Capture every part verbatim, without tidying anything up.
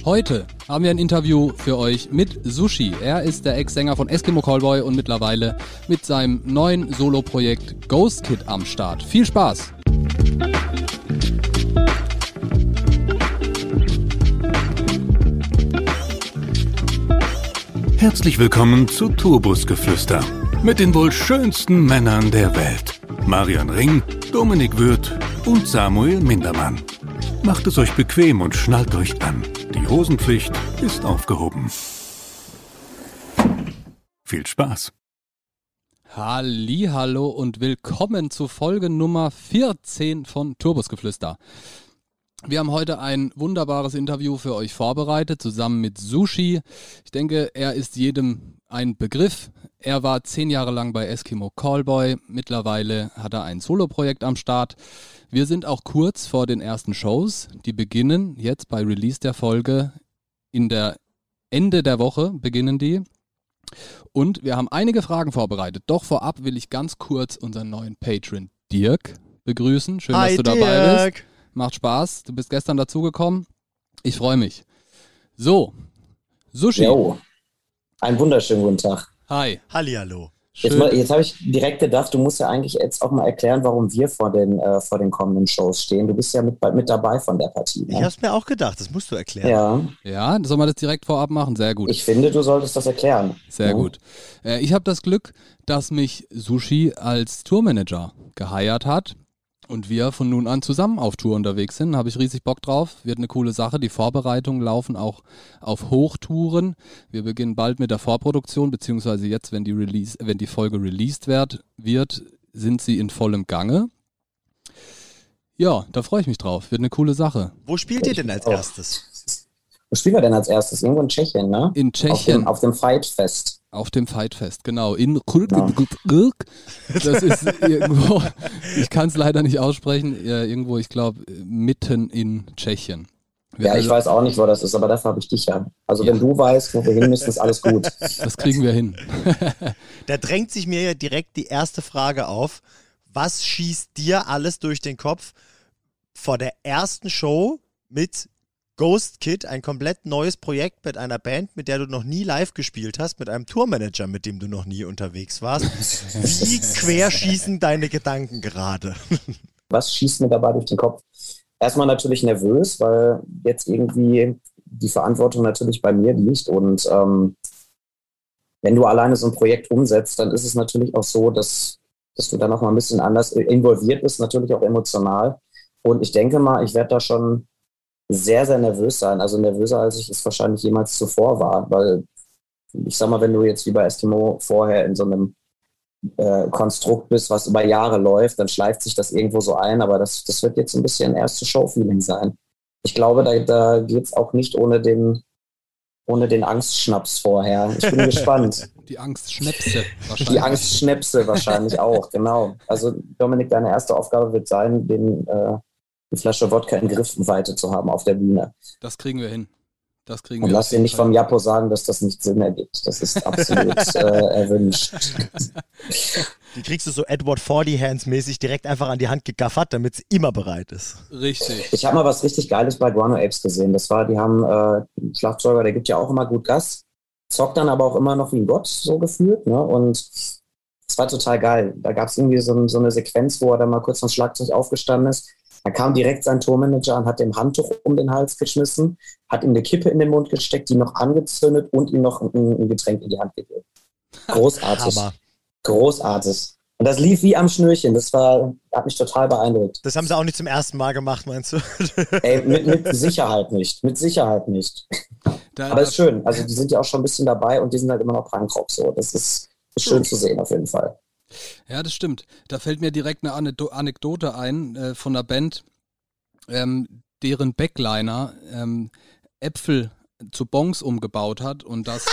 Heute haben wir ein Interview für euch mit Sushi. Er ist der Ex-Sänger von Eskimo Callboy und mittlerweile mit seinem neuen Solo-Projekt Ghost Kid am Start. Viel Spaß! Herzlich willkommen zu Tourbusgeflüster mit den wohl schönsten Männern der Welt. Marian Ring, Dominik Würth und Samuel Mindermann. Macht es euch bequem und schnallt euch an. Die Hosenpflicht ist aufgehoben. Viel Spaß! Hallihallo und willkommen zu Folge Nummer vierzehn von Tourbusgeflüster. Wir haben heute ein wunderbares Interview für euch vorbereitet, zusammen mit Sushi. Ich denke, er ist jedem ein Begriff. Er war zehn Jahre lang bei Eskimo Callboy. Mittlerweile hat er ein Soloprojekt am Start. Wir sind auch kurz vor den ersten Shows. Die beginnen jetzt bei Release der Folge. In der Ende der Woche beginnen die. Und wir haben einige Fragen vorbereitet. Doch vorab will ich ganz kurz unseren neuen Patron Dirk begrüßen. Schön, Hi, dass du Dirk. dabei bist. Macht Spaß. Du bist gestern dazugekommen. Ich freue mich. So, Sushi. Jo, einen wunderschönen guten Tag. Hi. Hallihallo. Jetzt, mal- jetzt habe ich direkt gedacht, du musst ja eigentlich jetzt auch mal erklären, warum wir vor den, äh, vor den kommenden Shows stehen. Du bist ja mit, mit dabei von der Partie. Ich Ne? habe es mir auch gedacht, das musst du erklären. Ja, Ja, soll man das direkt vorab machen? Sehr gut. ich finde, du solltest das erklären. Sehr Ja. gut. Äh, ich habe das Glück, dass mich Sushi als Tourmanager geheiert hat und wir von nun an zusammen auf Tour unterwegs sind. Habe ich riesig Bock drauf. Wird eine coole Sache. Die Vorbereitungen laufen auch auf Hochtouren. Wir beginnen bald mit der Vorproduktion, beziehungsweise jetzt, wenn die Release, wenn die Folge released wird, wird, sind sie in vollem Gange. Ja, da freue ich mich drauf. Wird eine coole Sache. Wo spielt ihr denn als Auch. erstes? Wo spielen wir denn als erstes? Irgendwo in Tschechien, ne? In Auf dem, Tschechien. auf dem Fightfest. Auf dem Fightfest, genau. In Ja. Das ist irgendwo, ich kann es leider nicht aussprechen, äh, irgendwo, ich glaube, mitten in Tschechien. Wir Ja, ich alle- weiß auch nicht, wo das ist, aber dafür habe ich dich ja. Also wenn Ja. du weißt, wo wir hin müssen, ist alles gut. Das kriegen wir hin. Da drängt sich mir ja direkt die erste Frage auf. Was schießt dir alles durch den Kopf vor der ersten Show mit Ghost Kid, ein komplett neues Projekt mit einer Band, mit der du noch nie live gespielt hast, mit einem Tourmanager, mit dem du noch nie unterwegs warst? Wie quer schießen deine Gedanken gerade? Was schießt mir dabei durch den Kopf? Erstmal natürlich nervös, weil jetzt irgendwie die Verantwortung natürlich bei mir liegt. Und ähm, wenn du alleine so ein Projekt umsetzt, dann ist es natürlich auch so, dass, dass du da noch mal ein bisschen anders involviert bist, natürlich auch emotional. Und ich denke mal, ich werde da schon sehr, sehr nervös sein. Also nervöser, als ich es wahrscheinlich jemals zuvor war. Weil ich sag mal, wenn du jetzt wie bei Eskimo vorher in so einem äh, Konstrukt bist, was über Jahre läuft, dann schleift sich das irgendwo so ein, aber das, das wird jetzt ein bisschen erste Show-Feeling sein. Ich glaube, da, da geht es auch nicht ohne den, ohne den Angstschnaps vorher. Ich bin gespannt. Die Angstschnäpse wahrscheinlich. Die Angstschnäpse wahrscheinlich auch, genau. Also Dominik, deine erste Aufgabe wird sein, den, äh, die Flasche Wodka in Griffweite zu haben auf der Bühne. Das kriegen wir hin. Das kriegen Und wir lass auf dir jeden nicht Fall. vom Japo sagen, dass das nicht Sinn ergibt. Das ist absolut äh, erwünscht. Die kriegst du so Edward Forty Hands mäßig direkt einfach an die Hand gegaffert, damit es immer bereit ist. Richtig. Ich habe mal was richtig Geiles bei Guano Apes gesehen. Das war, die haben äh, einen Schlagzeuger, der gibt ja auch immer gut Gas, zockt dann aber auch immer noch wie ein Gott, so gefühlt. Ne? Und es war total geil. Da gab es irgendwie so, so eine Sequenz, wo er dann mal kurz vom Schlagzeug aufgestanden ist. Da kam direkt sein Tourmanager und hat dem Handtuch um den Hals geschmissen, hat ihm eine Kippe in den Mund gesteckt, die noch angezündet und ihm noch ein, ein Getränk in die Hand gegeben. Großartig. Hammer. Großartig. Und das lief wie am Schnürchen. Das war, hat mich total beeindruckt. Das haben sie auch nicht zum ersten Mal gemacht, meinst du? Ey, mit, mit Sicherheit nicht. Mit Sicherheit nicht. Da, Aber ist schön. Also die sind ja auch schon ein bisschen dabei und die sind halt immer noch Punkrock so. Das ist, ist schön zu sehen auf jeden Fall. Ja, das stimmt. Da fällt mir direkt eine Anedo- Anekdote ein äh, von einer Band, ähm, deren Backliner ähm, Äpfel zu Bongs umgebaut hat und das,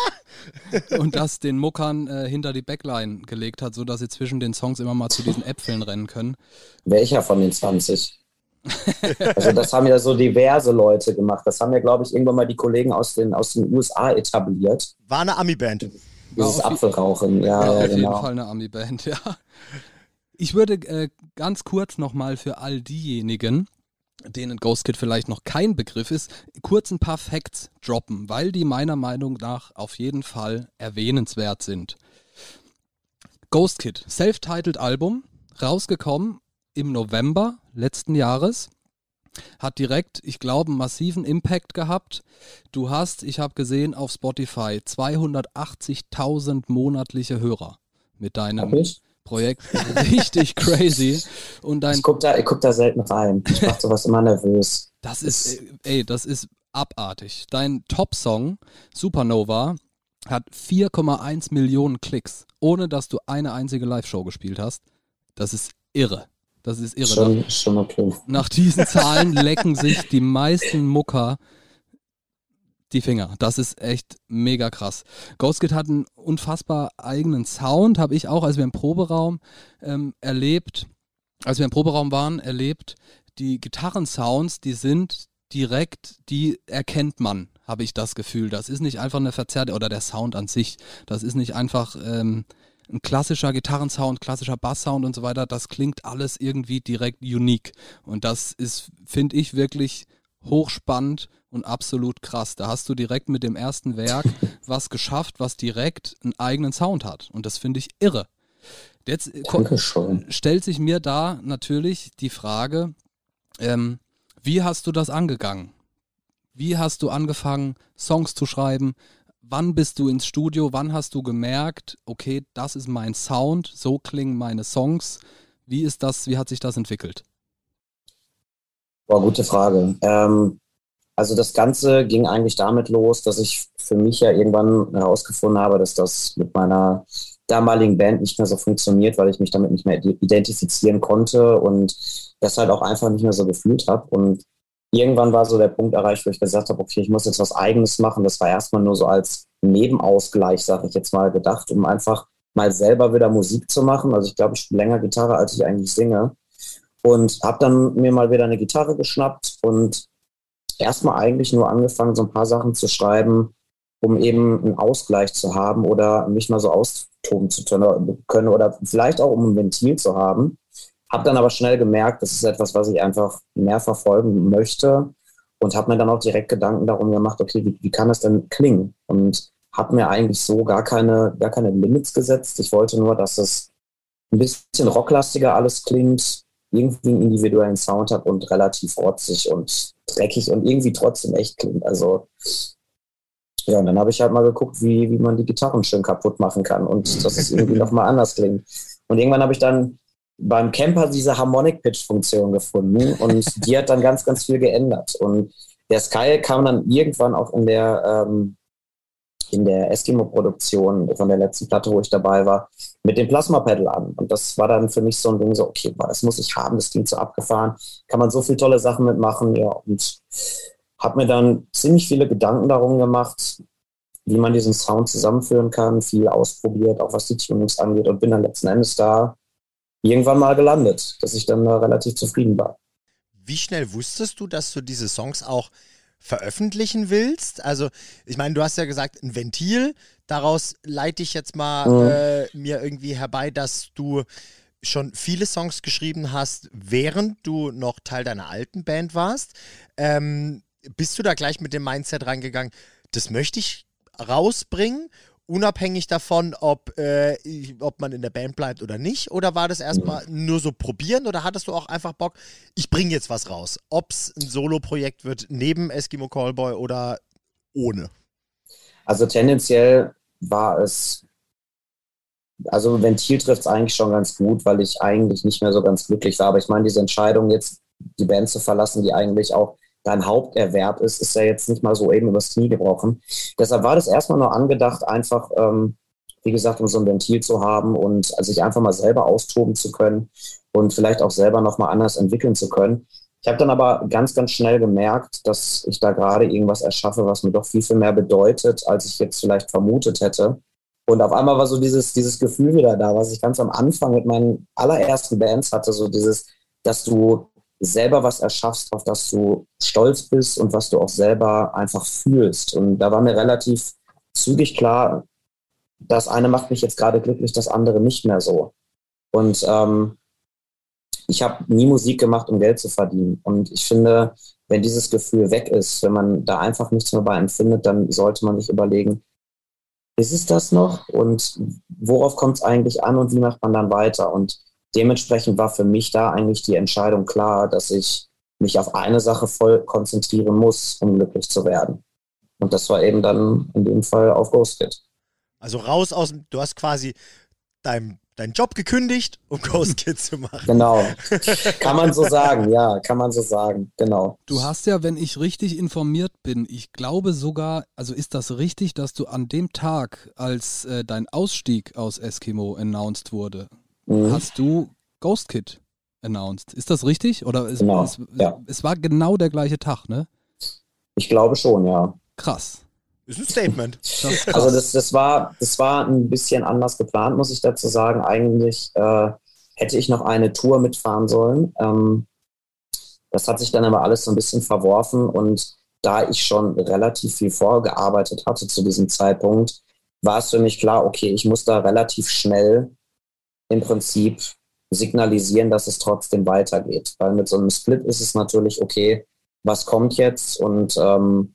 und das den Muckern äh, hinter die Backline gelegt hat, sodass sie zwischen den Songs immer mal zu diesen Äpfeln rennen können. Welcher von den zwanzig? Also das haben ja so diverse Leute gemacht. Das haben ja, glaube ich, irgendwann mal die Kollegen aus den, aus den U S A etabliert. War eine Ami-Band. Dieses auf je- Apfelrauchen. Ja, War ja, auf jeden genau. Fall eine Ami-Band, ja. Ich würde äh, ganz kurz nochmal für all diejenigen, denen Ghost Kid vielleicht noch kein Begriff ist, kurz ein paar Facts droppen, weil die meiner Meinung nach auf jeden Fall erwähnenswert sind. Ghost Kid, Self-Titled Album, rausgekommen im November letzten Jahres, hat direkt, ich glaube, einen massiven Impact gehabt. Du hast, ich habe gesehen auf Spotify, zweihundertachtzigtausend monatliche Hörer mit deinem Projekt. Richtig crazy. Und dein ich gucke da, guck da selten rein. Ich mache sowas immer nervös. Das ist, ey, das ist abartig. Dein Top-Song, Supernova, hat vier Komma eins Millionen Klicks, ohne dass du eine einzige Live-Show gespielt hast. Das ist irre. Das ist irre. Schon, nach, schon okay. nach diesen Zahlen lecken sich die meisten Mucker die Finger. Das ist echt mega krass. Ghost Kid hat einen unfassbar eigenen Sound, habe ich auch, als wir im Proberaum ähm, erlebt, als wir im Proberaum waren, erlebt, die Gitarrensounds, die sind direkt, die erkennt man, habe ich das Gefühl. Das ist nicht einfach eine verzerrte, oder der Sound an sich, das ist nicht einfach ähm, ein klassischer Gitarrensound, klassischer Basssound und so weiter, das klingt alles irgendwie direkt unique. Und das ist, finde ich, wirklich hochspannend und absolut krass. Da hast du direkt mit dem ersten Werk was geschafft, was direkt einen eigenen Sound hat. Und das finde ich irre. Jetzt stellt sich mir da natürlich die Frage, ähm, wie hast du das angegangen? Wie hast du angefangen, Songs zu schreiben? Wann bist du ins Studio? Wann hast du gemerkt, okay, das ist mein Sound, so klingen meine Songs? Wie ist das, wie hat sich das entwickelt? Boah, gute Frage. Ähm, also das Ganze ging eigentlich damit los, dass ich für mich ja irgendwann herausgefunden habe, dass das mit meiner damaligen Band nicht mehr so funktioniert, weil ich mich damit nicht mehr identifizieren konnte und das halt auch einfach nicht mehr so gefühlt habe. Und irgendwann war so der Punkt erreicht, wo ich gesagt habe, okay, ich muss jetzt was Eigenes machen. Das war erstmal nur so als Nebenausgleich, sage ich jetzt mal, gedacht, um einfach mal selber wieder Musik zu machen. Also ich glaube, ich spiele länger Gitarre, als ich eigentlich singe. Und habe dann mir mal wieder eine Gitarre geschnappt und erstmal eigentlich nur angefangen, so ein paar Sachen zu schreiben, um eben einen Ausgleich zu haben oder mich mal so austoben zu können oder vielleicht auch um ein Ventil zu haben. Habe dann aber schnell gemerkt, das ist etwas, was ich einfach mehr verfolgen möchte und habe mir dann auch direkt Gedanken darum gemacht, okay, wie, wie kann das denn klingen? Und habe mir eigentlich so gar keine, gar keine Limits gesetzt. Ich wollte nur, dass es ein bisschen rocklastiger alles klingt, irgendwie einen individuellen Sound hat und relativ rotzig und dreckig und irgendwie trotzdem echt klingt. Also ja, und dann habe ich halt mal geguckt, wie, wie man die Gitarren schön kaputt machen kann und dass es irgendwie nochmal anders klingt. Und irgendwann habe ich dann beim Camper diese Harmonic-Pitch-Funktion gefunden und die hat dann ganz, ganz viel geändert. Und der Sky kam dann irgendwann auch in der, ähm, in der Eskimo-Produktion von der letzten Platte, wo ich dabei war, mit dem Plasma-Pedal an. Und das war dann für mich so ein Ding so, okay, boah, das muss ich haben, das klingt so abgefahren, kann man so viele tolle Sachen mitmachen, ja, und habe mir dann ziemlich viele Gedanken darum gemacht, wie man diesen Sound zusammenführen kann, viel ausprobiert, auch was die Tunings angeht und bin dann letzten Endes da irgendwann mal gelandet, dass ich dann da relativ zufrieden war. Wie schnell wusstest du, dass du diese Songs auch veröffentlichen willst? Also, ich meine, du hast ja gesagt, ein Ventil, daraus leite ich jetzt mal mhm. äh, mir irgendwie herbei, dass du schon viele Songs geschrieben hast, während du noch Teil deiner alten Band warst. Ähm, bist du da gleich mit dem Mindset reingegangen, das möchte ich rausbringen, unabhängig davon, ob, äh, ob man in der Band bleibt oder nicht? Oder war das erstmal nur so probieren? Oder hattest du auch einfach Bock, ich bringe jetzt was raus? Ob es ein Solo-Projekt wird, neben Eskimo Callboy oder ohne? Also tendenziell war es, also Ventil trifft es eigentlich schon ganz gut, weil ich eigentlich nicht mehr so ganz glücklich war. Aber ich meine, diese Entscheidung jetzt, die Band zu verlassen, die eigentlich auch dein Haupterwerb ist, ist ja jetzt nicht mal so eben übers Knie gebrochen. Deshalb war das erstmal nur angedacht, einfach, ähm, wie gesagt, um so ein Ventil zu haben und sich einfach mal selber austoben zu können und vielleicht auch selber nochmal anders entwickeln zu können. Ich habe dann aber ganz, ganz schnell gemerkt, dass ich da gerade irgendwas erschaffe, was mir doch viel, viel mehr bedeutet, als ich jetzt vielleicht vermutet hätte. Und auf einmal war so dieses, dieses Gefühl wieder da, was ich ganz am Anfang mit meinen allerersten Bands hatte, so dieses, dass du selber was erschaffst, auf das du stolz bist und was du auch selber einfach fühlst. Und da war mir relativ zügig klar, das eine macht mich jetzt gerade glücklich, das andere nicht mehr so. Und ähm, ich habe nie Musik gemacht, um Geld zu verdienen. Und ich finde, wenn dieses Gefühl weg ist, wenn man da einfach nichts mehr bei empfindet, dann sollte man sich überlegen, ist es das noch? Und worauf kommt es eigentlich an und wie macht man dann weiter? Und dementsprechend war für mich da eigentlich die Entscheidung klar, dass ich mich auf eine Sache voll konzentrieren muss, um glücklich zu werden. Und das war eben dann in dem Fall auf Ghost Kid. Also raus aus dem, du hast quasi deinen dein Job gekündigt, um Ghost Kid zu machen. Genau. Kann man so sagen, ja, kann man so sagen, genau. Du hast ja, wenn ich richtig informiert bin, ich glaube sogar, also ist das richtig, dass du an dem Tag, als äh, dein Ausstieg aus Eskimo announced wurde, mhm. hast du Ghost Kid announced. Ist das richtig? Oder es, genau, es, ja. es war genau der gleiche Tag, ne? Ich glaube schon, ja. Krass. Ist ein Statement. Das also das, das, war, das war ein bisschen anders geplant, muss ich dazu sagen. Eigentlich äh, hätte ich noch eine Tour mitfahren sollen. Ähm, das hat sich dann aber alles so ein bisschen verworfen. Und da ich schon relativ viel vorgearbeitet hatte zu diesem Zeitpunkt, war es für mich klar, okay, ich muss da relativ schnell im Prinzip signalisieren, dass es trotzdem weitergeht. Weil mit so einem Split ist es natürlich, okay, was kommt jetzt? Und ähm,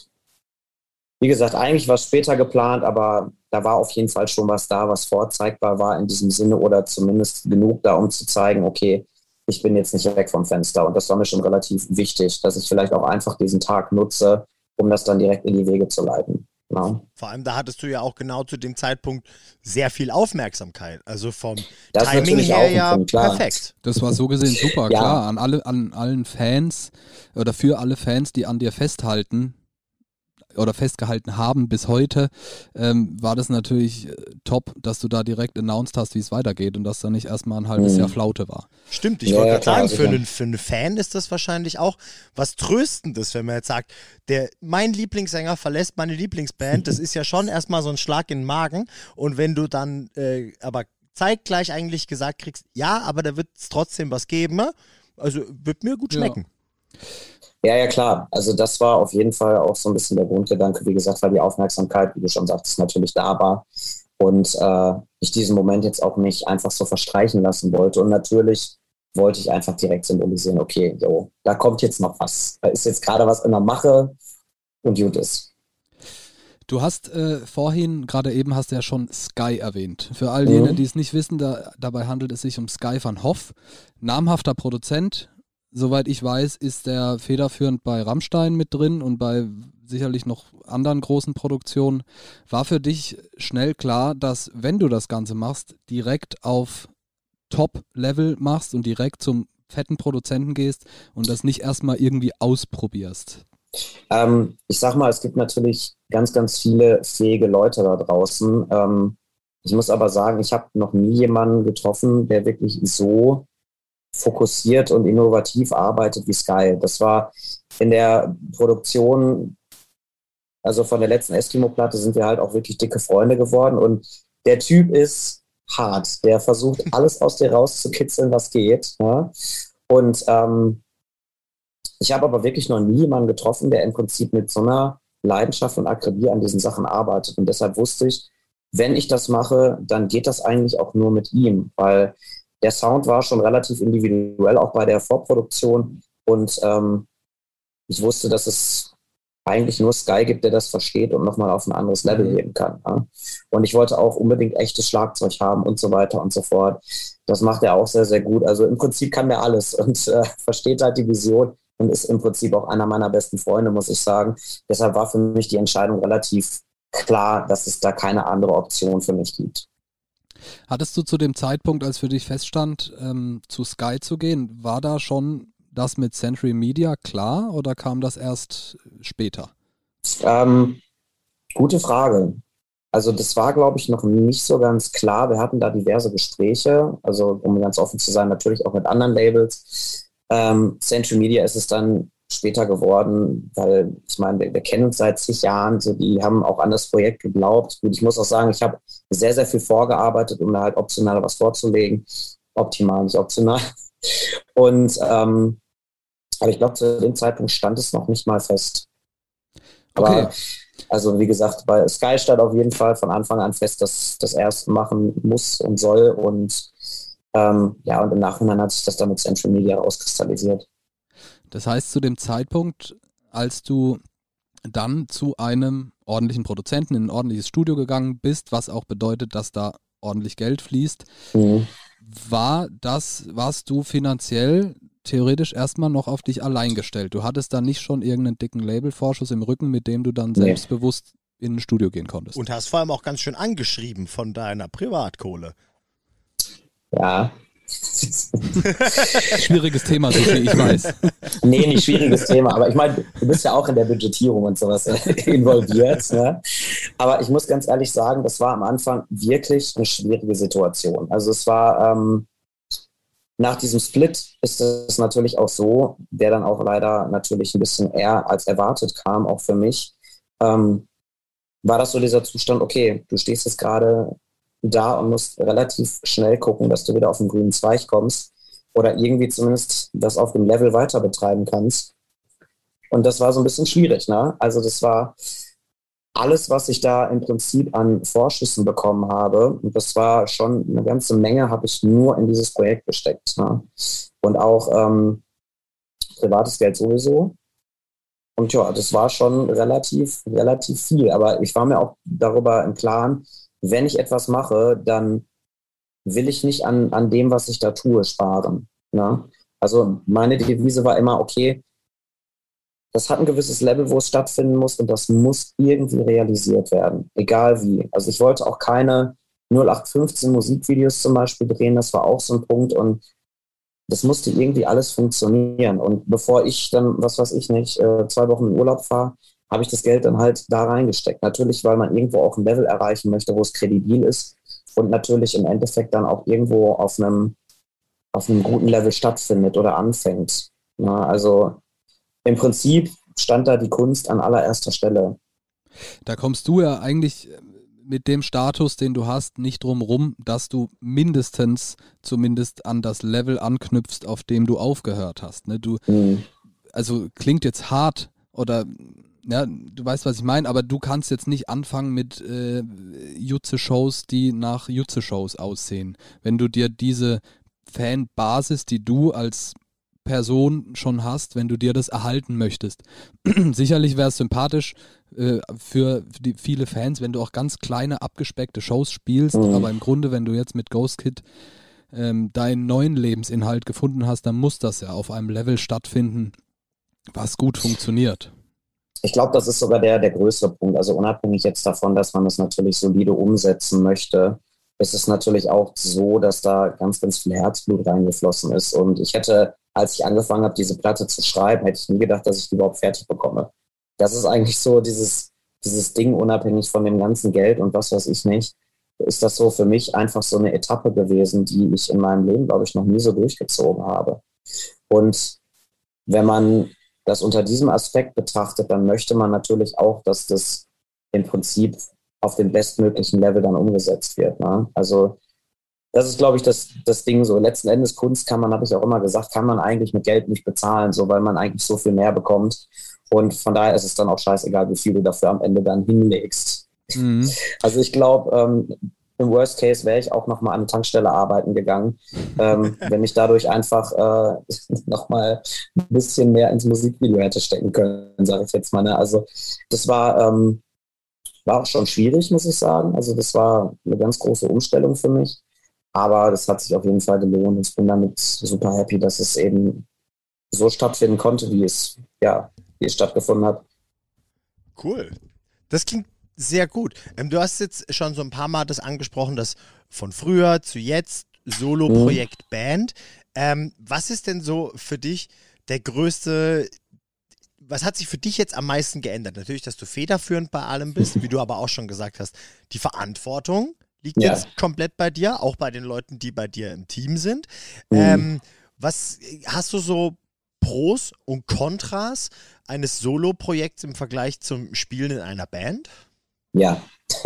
wie gesagt, eigentlich war es später geplant, aber da war auf jeden Fall schon was da, was vorzeigbar war in diesem Sinne oder zumindest genug da, um zu zeigen, okay, ich bin jetzt nicht weg vom Fenster. Und das war mir schon relativ wichtig, dass ich vielleicht auch einfach diesen Tag nutze, um das dann direkt in die Wege zu leiten. Genau. Vor allem, da hattest du ja auch genau zu dem Zeitpunkt sehr viel Aufmerksamkeit. Also vom das Timing her ja Punkt, perfekt. Das war so gesehen super, ja. klar. An alle, an allen Fans oder für alle Fans, die an dir festhalten oder festgehalten haben bis heute, ähm, war das natürlich äh, top, dass du da direkt announced hast, wie es weitergeht und dass da nicht erstmal ein halbes Mhm. Jahr Flaute war. Stimmt, ich Ja, wollte ja, gerade klar, sagen, sicher. für einen, für einen Fan ist das wahrscheinlich auch was Tröstendes, wenn man jetzt sagt, der, mein Lieblingssänger verlässt meine Lieblingsband, das ist ja schon erstmal so ein Schlag in den Magen. Und wenn du dann äh, aber zeitgleich eigentlich gesagt kriegst, ja, aber da wird es trotzdem was geben, ne? Also wird mir gut Ja. schmecken. Ja, ja, klar. Also das war auf jeden Fall auch so ein bisschen der Grundgedanke, wie gesagt, weil die Aufmerksamkeit, wie du schon sagtest, natürlich da war und äh, ich diesen Moment jetzt auch nicht einfach so verstreichen lassen wollte. Und natürlich wollte ich einfach direkt symbolisieren, okay, jo, da kommt jetzt noch was. Da ist jetzt gerade was in der Mache und gut ist. Du hast äh, vorhin, gerade eben hast du ja schon Sky erwähnt. Für all Mhm. jene, die es nicht wissen, da, dabei handelt es sich um Sky van Hoff, namhafter Produzent. Soweit ich weiß, ist der federführend bei Rammstein mit drin und bei sicherlich noch anderen großen Produktionen. War für dich schnell klar, dass, wenn du das Ganze machst, direkt auf Top-Level machst und direkt zum fetten Produzenten gehst und das nicht erstmal irgendwie ausprobierst? Ähm, ich sag mal, es gibt natürlich ganz, ganz viele fähige Leute da draußen. Ähm, ich muss aber sagen, ich habe noch nie jemanden getroffen, der wirklich so fokussiert und innovativ arbeitet wie Sky. Das war in der Produktion, also von der letzten Eskimo-Platte sind wir halt auch wirklich dicke Freunde geworden und der Typ ist hart. Der versucht alles aus dir rauszukitzeln, was geht. Ja? Und ähm, ich habe aber wirklich noch nie jemanden getroffen, der im Prinzip mit so einer Leidenschaft und Akribie an diesen Sachen arbeitet. Und deshalb wusste ich, wenn ich das mache, dann geht das eigentlich auch nur mit ihm, weil der Sound war schon relativ individuell, auch bei der Vorproduktion. Und ähm, ich wusste, dass es eigentlich nur Sky gibt, der das versteht und nochmal auf ein anderes Level Mhm. heben kann. Ja? Und ich wollte auch unbedingt echtes Schlagzeug haben und so weiter und so fort. Das macht er auch sehr, sehr gut. Also im Prinzip kann der alles und äh, versteht halt die Vision und ist im Prinzip auch einer meiner besten Freunde, muss ich sagen. Deshalb war für mich die Entscheidung relativ klar, dass es da keine andere Option für mich gibt. Hattest du zu dem Zeitpunkt, als für dich feststand, ähm, zu Sky zu gehen, war da schon das mit Century Media klar oder kam das erst später? Ähm, gute Frage. Also das war, glaube ich, noch nicht so ganz klar. Wir hatten da diverse Gespräche, also um ganz offen zu sein, natürlich auch mit anderen Labels. Ähm, Century Media ist es dann später geworden, weil ich meine, wir, wir kennen uns seit zig Jahren, so die haben auch an das Projekt geglaubt. Und ich muss auch sagen, ich habe sehr, sehr viel vorgearbeitet, um da halt optional was vorzulegen. Optimal, nicht optional. Und ähm, aber ich glaube, zu dem Zeitpunkt stand es noch nicht mal fest. Aber Okay. also wie gesagt, bei Sky stand auf jeden Fall von Anfang an fest, dass das erst machen muss und soll. Und Ähm, ja, und im Nachhinein hat sich das dann mit Central Media rauskristallisiert. Das heißt, zu dem Zeitpunkt, als du dann zu einem ordentlichen Produzenten in ein ordentliches Studio gegangen bist, was auch bedeutet, dass da ordentlich Geld fließt, Mhm. war das, warst du finanziell theoretisch erstmal noch auf dich allein gestellt. Du hattest da nicht schon irgendeinen dicken Labelvorschuss im Rücken, mit dem du dann Nee. selbstbewusst in ein Studio gehen konntest. Und hast vor allem auch ganz schön angeschrieben von deiner Privatkohle. Ja. Schwieriges Thema, so viel ich weiß. Nee, nicht schwieriges Thema, aber ich meine, du bist ja auch in der Budgetierung und sowas involviert. Ne? Aber ich muss ganz ehrlich sagen, das war am Anfang wirklich eine schwierige Situation. Also es war, ähm, nach diesem Split ist es natürlich auch so, der dann auch leider natürlich ein bisschen eher als erwartet kam, auch für mich, ähm, war das so dieser Zustand, okay, du stehst jetzt gerade da und musst relativ schnell gucken, dass du wieder auf den grünen Zweig kommst oder irgendwie zumindest das auf dem Level weiter betreiben kannst. Und das war so ein bisschen schwierig, ne? Also das war alles, was ich da im Prinzip an Vorschüssen bekommen habe, und das war schon eine ganze Menge, habe ich nur in dieses Projekt gesteckt. Ne? Und auch ähm, privates Geld sowieso. Und ja, das war schon relativ, relativ viel. Aber ich war mir auch darüber im Klaren, wenn ich etwas mache, dann will ich nicht an, an dem, was ich da tue, sparen. Ne? Also meine Devise war immer, okay, das hat ein gewisses Level, wo es stattfinden muss und das muss irgendwie realisiert werden, egal wie. Also ich wollte auch keine null acht fünfzehn Musikvideos zum Beispiel drehen, das war auch so ein Punkt und das musste irgendwie alles funktionieren. Und bevor ich dann, was weiß ich nicht, zwei Wochen in Urlaub fahre, habe ich das Geld dann halt da reingesteckt. Natürlich, weil man irgendwo auch ein Level erreichen möchte, wo es kredibil ist und natürlich im Endeffekt dann auch irgendwo auf einem, auf einem guten Level stattfindet oder anfängt. Ja, also im Prinzip stand da die Kunst an allererster Stelle. Da kommst du ja eigentlich mit dem Status, den du hast, nicht drum rum, dass du mindestens zumindest an das Level anknüpfst, auf dem du aufgehört hast. Ne? Du, Mhm. also klingt jetzt hart oder ja, du weißt, was ich meine, aber du kannst jetzt nicht anfangen mit äh, Jutze-Shows, die nach Jutze-Shows aussehen. Wenn du dir diese Fanbasis, die du als Person schon hast, wenn du dir das erhalten möchtest. Sicherlich wäre es sympathisch äh, für die viele Fans, wenn du auch ganz kleine, abgespeckte Shows spielst, Mhm. aber im Grunde, wenn du jetzt mit Ghost Kid ähm, deinen neuen Lebensinhalt gefunden hast, dann muss das ja auf einem Level stattfinden, was gut funktioniert. Ich glaube, das ist sogar der, der größere Punkt. Also unabhängig jetzt davon, dass man das natürlich solide umsetzen möchte, ist es natürlich auch so, dass da ganz, ganz viel Herzblut reingeflossen ist. Und ich hätte, als ich angefangen habe, diese Platte zu schreiben, hätte ich nie gedacht, dass ich die überhaupt fertig bekomme. Das ist eigentlich so dieses, dieses Ding, unabhängig von dem ganzen Geld und was weiß ich nicht, ist das so für mich einfach so eine Etappe gewesen, die ich in meinem Leben, glaube ich, noch nie so durchgezogen habe. Und wenn man das unter diesem Aspekt betrachtet, dann möchte man natürlich auch, dass das im Prinzip auf dem bestmöglichen Level dann umgesetzt wird. Ne? Also das ist, glaube ich, das, das Ding so. Letzten Endes Kunst kann man, habe ich auch immer gesagt, kann man eigentlich mit Geld nicht bezahlen, so, weil man eigentlich so viel mehr bekommt. Und von daher ist es dann auch scheißegal, wie viel du dafür am Ende dann hinlegst. Mhm. Also ich glaube, ähm, im Worst Case wäre ich auch nochmal an eine Tankstelle arbeiten gegangen, ähm, wenn ich dadurch einfach äh, nochmal ein bisschen mehr ins Musikvideo hätte stecken können, sage ich jetzt mal. Ne? Also das war, ähm, war auch schon schwierig, muss ich sagen. Also das war eine ganz große Umstellung für mich. Aber das hat sich auf jeden Fall gelohnt. Ich bin damit super happy, dass es eben so stattfinden konnte, wie es, ja, wie es stattgefunden hat. Cool. Das klingt sehr gut. Ähm, du hast jetzt schon so ein paar Mal das angesprochen, das von früher zu jetzt, Solo-Projekt, mhm. Band. Ähm, was ist denn so für dich der größte, was hat sich für dich jetzt am meisten geändert? Natürlich, dass du federführend bei allem bist, wie du aber auch schon gesagt hast, die Verantwortung liegt ja. jetzt komplett bei dir, auch bei den Leuten, die bei dir im Team sind. Mhm. Ähm, was hast du so Pros und Kontras eines Solo-Projekts im Vergleich zum Spielen in einer Band? Ja,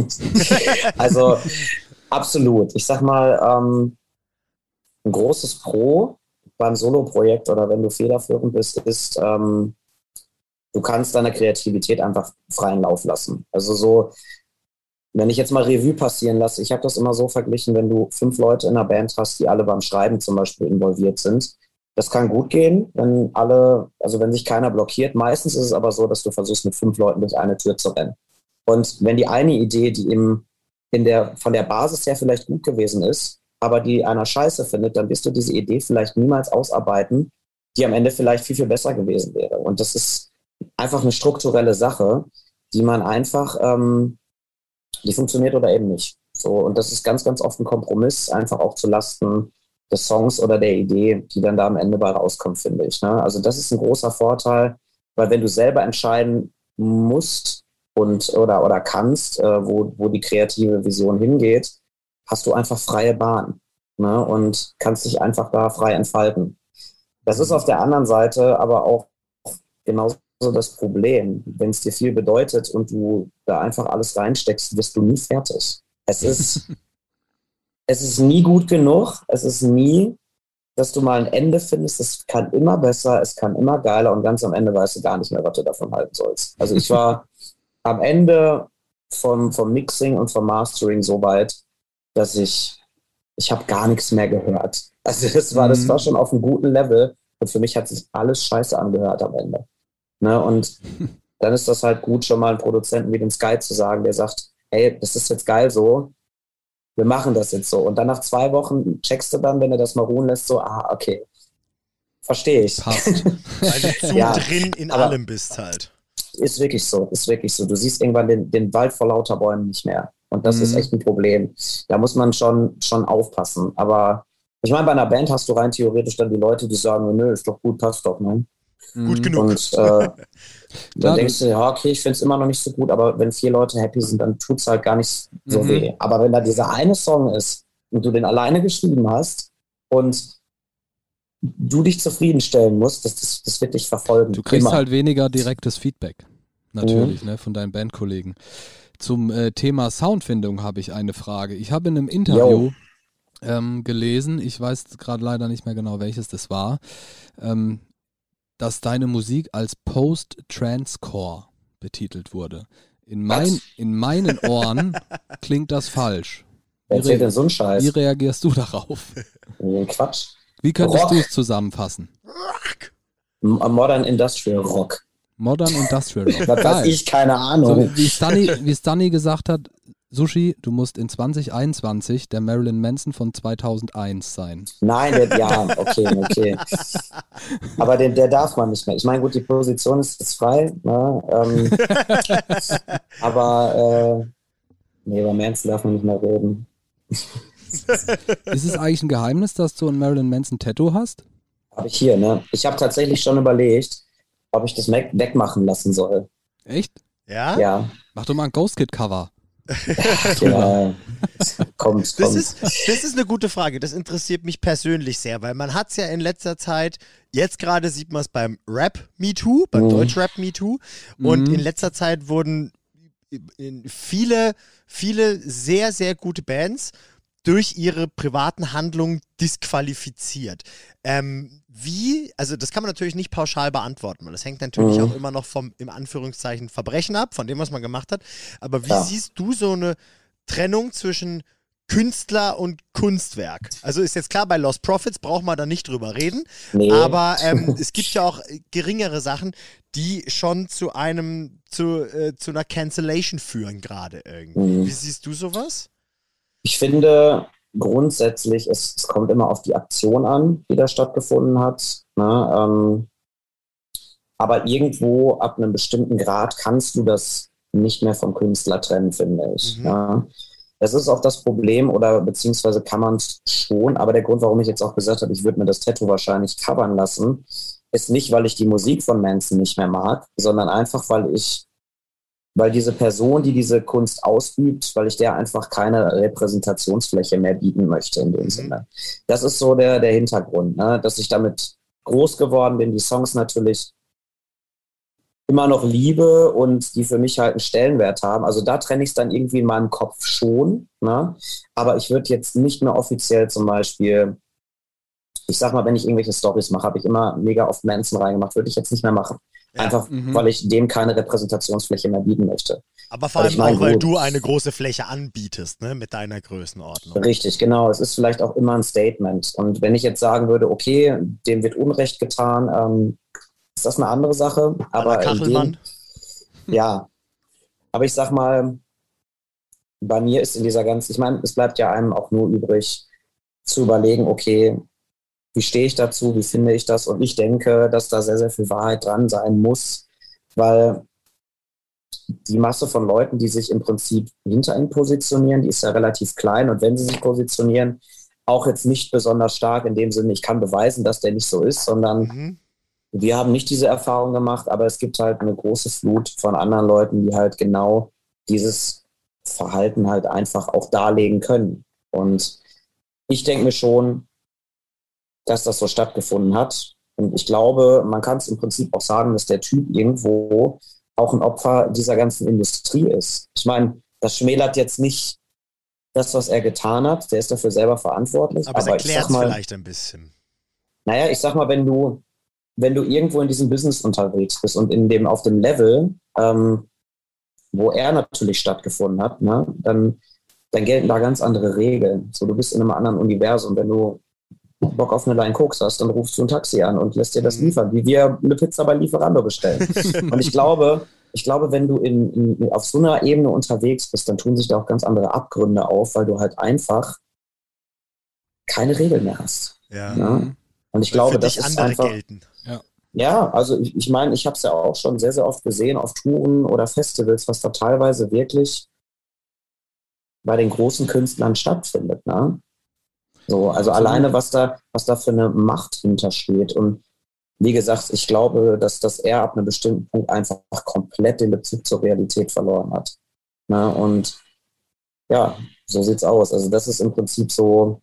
also absolut. Ich sag mal, ähm, ein großes Pro beim Solo-Projekt oder wenn du federführend bist, ist, ähm, du kannst deine Kreativität einfach freien Lauf lassen. Also so, wenn ich jetzt mal Revue passieren lasse, ich habe das immer so verglichen, wenn du fünf Leute in einer Band hast, die alle beim Schreiben zum Beispiel involviert sind. Das kann gut gehen, wenn alle, also wenn sich keiner blockiert. Meistens ist es aber so, dass du versuchst, mit fünf Leuten durch eine Tür zu rennen. Und wenn die eine Idee, die im, in der, von der Basis her vielleicht gut gewesen ist, aber die einer scheiße findet, dann wirst du diese Idee vielleicht niemals ausarbeiten, die am Ende vielleicht viel, viel besser gewesen wäre. Und das ist einfach eine strukturelle Sache, die man einfach, ähm, die funktioniert oder eben nicht. So, und das ist ganz, ganz oft ein Kompromiss, einfach auch zu Lasten des Songs oder der Idee, die dann da am Ende bei rauskommt, finde ich. Ne? Also das ist ein großer Vorteil, weil wenn du selber entscheiden musst und oder, oder kannst, äh, wo, wo die kreative Vision hingeht, hast du einfach freie Bahn, ne? Und kannst dich einfach da frei entfalten. Das ist auf der anderen Seite aber auch genauso das Problem. Wenn es dir viel bedeutet und du da einfach alles reinsteckst, wirst du nie fertig. Es ist, es ist nie gut genug. Es ist nie, dass du mal ein Ende findest. Es kann immer besser, es kann immer geiler und ganz am Ende weißt du gar nicht mehr, was du davon halten sollst. Also ich war am Ende vom, vom Mixing und vom Mastering so weit, dass ich, ich habe gar nichts mehr gehört. Also das war, das war schon auf einem guten Level und für mich hat sich alles scheiße angehört am Ende. Ne? Und dann ist das halt gut, schon mal einen Produzenten wie den Sky zu sagen, der sagt, hey, das ist jetzt geil so, wir machen das jetzt so. Und dann nach zwei Wochen checkst du dann, wenn er das mal ruhen lässt, so, ah, okay, verstehe ich. Passt. Weil du zu Ja, drin in aber allem bist halt. Ist wirklich so, ist wirklich so. Du siehst irgendwann den, den Wald vor lauter Bäumen nicht mehr. Und das Mhm. ist echt ein Problem. Da muss man schon, schon aufpassen. Aber ich meine, bei einer Band hast du rein theoretisch dann die Leute, die sagen, nö, ist doch gut, passt doch, ne? Gut Mhm. genug. Und äh, dann Ja, denkst du, ja, okay, ich finde es immer noch nicht so gut, aber wenn vier Leute happy sind, dann tut es halt gar nicht so Mhm. weh. Aber wenn da dieser eine Song ist und du den alleine geschrieben hast und du dich zufriedenstellen musst, das, das, das wird dich verfolgen. Du kriegst Immer. halt weniger direktes Feedback, natürlich, ne, von deinen Bandkollegen. Zum äh, Thema Soundfindung habe ich eine Frage. Ich habe in einem Interview ähm, gelesen, ich weiß gerade leider nicht mehr genau, welches das war, ähm, dass deine Musik als Post-Trance-Core betitelt wurde. In, mein, Was? in meinen Ohren klingt das falsch. Wer Wie, erzählt re denn so einen Scheiß? wie reagierst du darauf? Quatsch. Wie könntest Rock. du es zusammenfassen? M- Modern Industrial Rock. Modern Industrial Rock. Was weiß Geil. ich, keine So, Ahnung. wie Stunny, wie Stunny gesagt hat, Sushi, du musst in zwanzig einundzwanzig der Marilyn Manson von zweitausendeins sein. Nein, der, ja, okay, okay. Aber den, der darf man nicht mehr. Ich meine, gut, die Position ist jetzt frei, ne? ähm, aber äh, nee, über Manson darf man nicht mehr reden. Ist es eigentlich ein Geheimnis, dass du ein Marilyn Manson Tattoo hast? Habe ich hier, ne? Ich habe tatsächlich schon überlegt, ob ich das weg- wegmachen lassen soll. Echt? Ja? Ja, Mach doch mal ein Ghost Kid Cover. ja. kommt, Das kommt. ist, das ist eine gute Frage. Das interessiert mich persönlich sehr, weil man hat es ja in letzter Zeit, jetzt gerade sieht man es beim Rap Me Too, beim Mhm. Deutschrap Me Too. Und Mhm. in letzter Zeit wurden in viele, viele sehr, sehr gute Bands durch ihre privaten Handlungen disqualifiziert. Ähm, wie, also das kann man natürlich nicht pauschal beantworten, weil das hängt natürlich Mhm. auch immer noch vom, im Anführungszeichen, Verbrechen ab, von dem, was man gemacht hat. Aber wie Ja. siehst du so eine Trennung zwischen Künstler und Kunstwerk? Also ist jetzt klar, bei Lost Profits braucht man da nicht drüber reden, Nee. aber ähm, es gibt ja auch geringere Sachen, die schon zu einem, zu, äh, zu einer Cancellation führen gerade irgendwie. Mhm. Wie siehst du sowas? Ich finde grundsätzlich, es, es kommt immer auf die Aktion an, die da stattgefunden hat. Ne? Ähm, aber irgendwo ab einem bestimmten Grad kannst du das nicht mehr vom Künstler trennen, finde ich. Mhm. Ja? Das ist auch das Problem, oder beziehungsweise kann man es schon, aber der Grund, warum ich jetzt auch gesagt habe, ich würde mir das Tattoo wahrscheinlich covern lassen, ist nicht, weil ich die Musik von Manson nicht mehr mag, sondern einfach, weil ich weil diese Person, die diese Kunst ausübt, weil ich der einfach keine Repräsentationsfläche mehr bieten möchte in dem Mhm. Sinne. Das ist so der, der Hintergrund, ne? Dass ich damit groß geworden bin, die Songs natürlich immer noch liebe und die für mich halt einen Stellenwert haben. Also da trenne ich es dann irgendwie in meinem Kopf schon, ne? Aber ich würde jetzt nicht mehr offiziell zum Beispiel, ich sag mal, wenn ich irgendwelche Storys mache, habe ich immer mega oft Manson reingemacht, würde ich jetzt nicht mehr machen. Ja. Einfach, Mhm. weil ich dem keine Repräsentationsfläche mehr bieten möchte. Aber vor Aber allem ich mein, auch, weil gut. du eine große Fläche anbietest, ne, mit deiner Größenordnung. Richtig, genau. Es ist vielleicht auch immer ein Statement. Und wenn ich jetzt sagen würde, okay, dem wird Unrecht getan, ähm, ist das eine andere Sache. À la Aber in Kachelmann. dem, ja, aber ich sag mal, bei mir ist in dieser ganzen, ich meine, es bleibt ja einem auch nur übrig, zu überlegen, okay, wie stehe ich dazu, wie finde ich das? Und ich denke, dass da sehr, sehr viel Wahrheit dran sein muss, weil die Masse von Leuten, die sich im Prinzip hinter ihm positionieren, die ist ja relativ klein. Und wenn sie sich positionieren, auch jetzt nicht besonders stark in dem Sinne, ich kann beweisen, dass der nicht so ist, sondern Mhm. wir haben nicht diese Erfahrung gemacht, aber es gibt halt eine große Flut von anderen Leuten, die halt genau dieses Verhalten halt einfach auch darlegen können. Und ich denke mir schon, dass das so stattgefunden hat. Und ich glaube, man kann es im Prinzip auch sagen, dass der Typ irgendwo auch ein Opfer dieser ganzen Industrie ist. Ich meine, das schmälert jetzt nicht das, was er getan hat. Der ist dafür selber verantwortlich. Aber es aber ich erklärt sag es mal, vielleicht ein bisschen. naja, ich sag mal, wenn du, wenn du irgendwo in diesem Business unterwegs bist und in dem, auf dem Level, ähm, wo er natürlich stattgefunden hat, ne, dann, dann gelten da ganz andere Regeln. So, du bist in einem anderen Universum. Wenn du Bock auf eine Line Koks hast, dann rufst du ein Taxi an und lässt dir das Mhm. liefern, wie wir eine Pizza bei Lieferando bestellen. Und ich glaube, ich glaube, wenn du in, in, auf so einer Ebene unterwegs bist, dann tun sich da auch ganz andere Abgründe auf, weil du halt einfach keine Regeln mehr hast. Ja. Ne? Und ich Weil glaube, für das dich ist andere einfach... gelten. Ja, also ich, ich meine, ich habe es ja auch schon sehr, sehr oft gesehen auf Touren oder Festivals, was da teilweise wirklich bei den großen Künstlern stattfindet. Ne? So, also Absolut. alleine, was da, was da für eine Macht hintersteht. Und wie gesagt, ich glaube, dass, dass er ab einem bestimmten Punkt einfach komplett den Bezug zur Realität verloren hat. Ne? Und ja, so sieht's aus. Also das ist im Prinzip so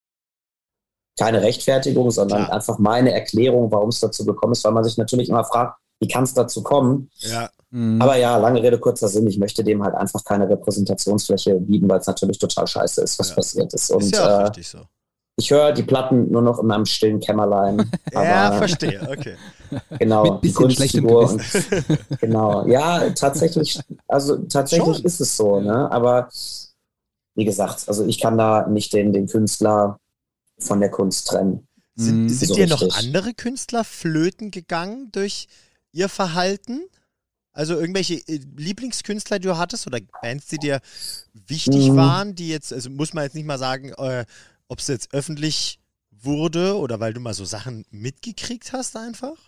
keine Rechtfertigung, sondern Klar. einfach meine Erklärung, warum es dazu gekommen ist, weil man sich natürlich immer fragt, wie kann es dazu kommen? Ja. Mhm. Aber ja, lange Rede, kurzer Sinn, ich möchte dem halt einfach keine Repräsentationsfläche bieten, weil es natürlich total scheiße ist, was Ja. passiert ist. Und Ist ja auch äh, richtig so. ich höre die Platten nur noch in meinem stillen Kämmerlein. Ja, aber verstehe, okay. genau, Mit die bisschen schlechtem Kunstfigur und, genau, ja, tatsächlich, also tatsächlich Schon. ist es so, ne? Aber wie gesagt, also ich kann da nicht den, den Künstler von der Kunst trennen. Sind, Mhm. sind So dir noch richtig. andere Künstler flöten gegangen durch ihr Verhalten? Also irgendwelche äh, Lieblingskünstler, die du hattest oder Bands, die dir wichtig Mhm. waren, die jetzt, also muss man jetzt nicht mal sagen, äh, ob es jetzt öffentlich wurde oder weil du mal so Sachen mitgekriegt hast einfach?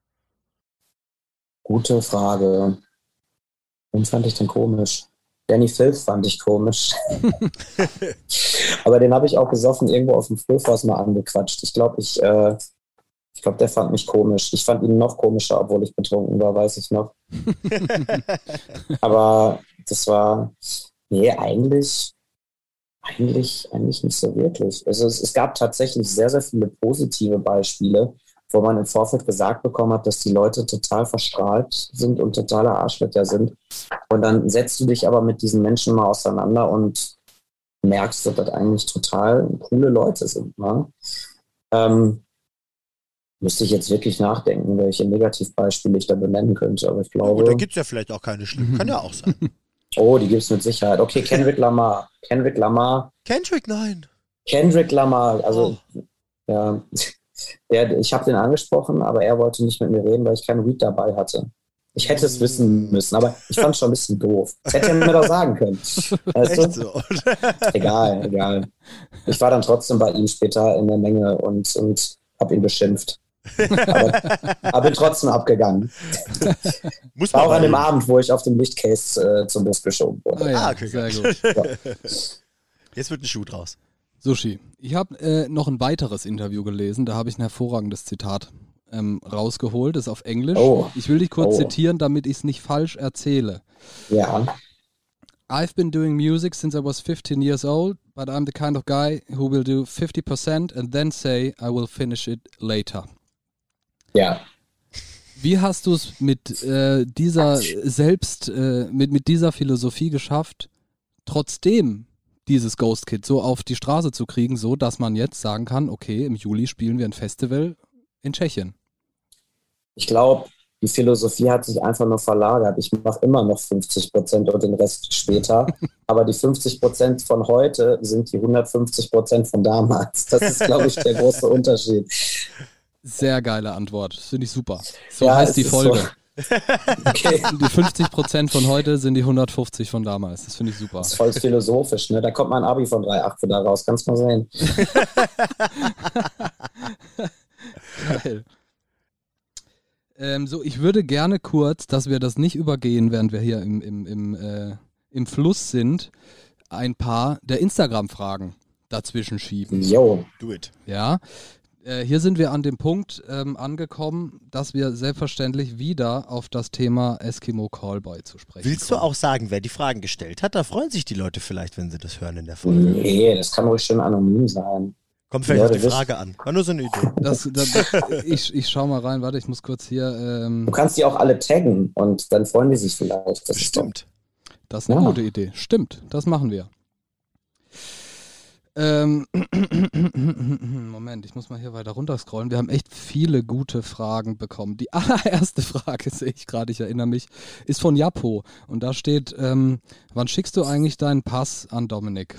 Gute Frage. Wen fand ich denn komisch? Danny Filth fand ich komisch. Aber den habe ich auch besoffen irgendwo auf dem Frühfass mal angequatscht. Ich glaube, ich, äh, ich glaube, der fand mich komisch. Ich fand ihn noch komischer, obwohl ich betrunken war, weiß ich noch. Aber das war, nee, eigentlich, eigentlich, eigentlich nicht so wirklich. Also es, es gab tatsächlich sehr, sehr viele positive Beispiele, wo man im Vorfeld gesagt bekommen hat, dass die Leute total verstrahlt sind und totale Arschlöcher sind. Und dann setzt du dich aber mit diesen Menschen mal auseinander und merkst, dass das eigentlich total coole Leute sind. Ne? Ähm, müsste ich jetzt wirklich nachdenken, welche Negativbeispiele ich da benennen könnte. Aber ich glaube... Oder gibt es ja vielleicht auch keine schlimm. Kann ja auch sein. Oh, die gibt es mit Sicherheit. Okay, Kendrick Lamar. Kendrick Lamar. Kendrick, nein. Kendrick Lamar. Also, Oh. ja... Der, ich habe den angesprochen, aber er wollte nicht mit mir reden, weil ich keinen Weed dabei hatte. Ich hätte es wissen müssen, aber ich fand es schon ein bisschen doof. Das hätte er mir doch sagen können. Weißt Echt du? so. Egal, egal. Ich war dann trotzdem bei ihm später in der Menge und, und habe ihn beschimpft. Aber, aber bin trotzdem abgegangen. Muss War man auch an dem mal- Abend, wo ich auf dem Lichtcase äh, zum Bus geschoben wurde. Ah, ja, Ah, okay, sehr gut. gut. Ja. Jetzt wird ein Schuh draus. Sushi. Ich habe äh, noch ein weiteres Interview gelesen, da habe ich ein hervorragendes Zitat ähm, rausgeholt, das ist auf Englisch. Oh. Ich will dich kurz Oh. zitieren, damit ich es nicht falsch erzähle. Ja. I've been doing music since I was fifteen years old, but I'm the kind of guy who will do fifty percent and then say I will finish it later. Ja. Wie hast du es mit äh, dieser selbst, äh, mit, mit dieser Philosophie geschafft, trotzdem dieses Ghost Kid so auf die Straße zu kriegen, so dass man jetzt sagen kann, okay, im Juli spielen wir ein Festival in Tschechien. Ich glaube, Die Philosophie hat sich einfach nur verlagert. Ich mache immer noch fünfzig Prozent und den Rest später. Aber die fünfzig Prozent von heute sind die hundertfünfzig Prozent von damals. Das ist, glaube ich, der große Unterschied. Sehr geile Antwort. Das finde ich super. So Ja, heißt es die ist Folge. so. Okay. Die fünfzig Prozent von heute sind die hundertfünfzig von damals. Das finde ich super. Das ist voll philosophisch, ne? Da kommt mein Abi von drei Komma acht da raus. Kannst mal sehen. Geil. Ähm, so, ich würde gerne kurz, dass wir das nicht übergehen, während wir hier im, im, im, äh, im Fluss sind, ein paar der Instagram-Fragen dazwischen schieben. Yo. Do it. Ja, äh, hier sind wir an dem Punkt ähm, angekommen, dass wir selbstverständlich wieder auf das Thema Eskimo Callboy zu sprechen Willst du kommen. auch sagen, wer die Fragen gestellt hat? Da freuen sich die Leute vielleicht, wenn sie das hören in der Folge. Nee, das kann ruhig schön anonym sein. Kommt vielleicht Ja, auf die das ist- Frage an. War nur so eine Idee. Das, das, ich, ich schau mal rein, warte, ich muss kurz hier, ähm, Du kannst die auch alle taggen und dann freuen die sich vielleicht. Das ist doch- Bestimmt. das ist eine Ja. gute Idee. Stimmt, das machen wir. Ähm, Moment, ich muss mal hier weiter runterscrollen. Wir haben echt viele gute Fragen bekommen. Die allererste Frage, sehe ich gerade, ich erinnere mich, ist von Japo. Und da steht, ähm, wann schickst du eigentlich deinen Pass an Dominik?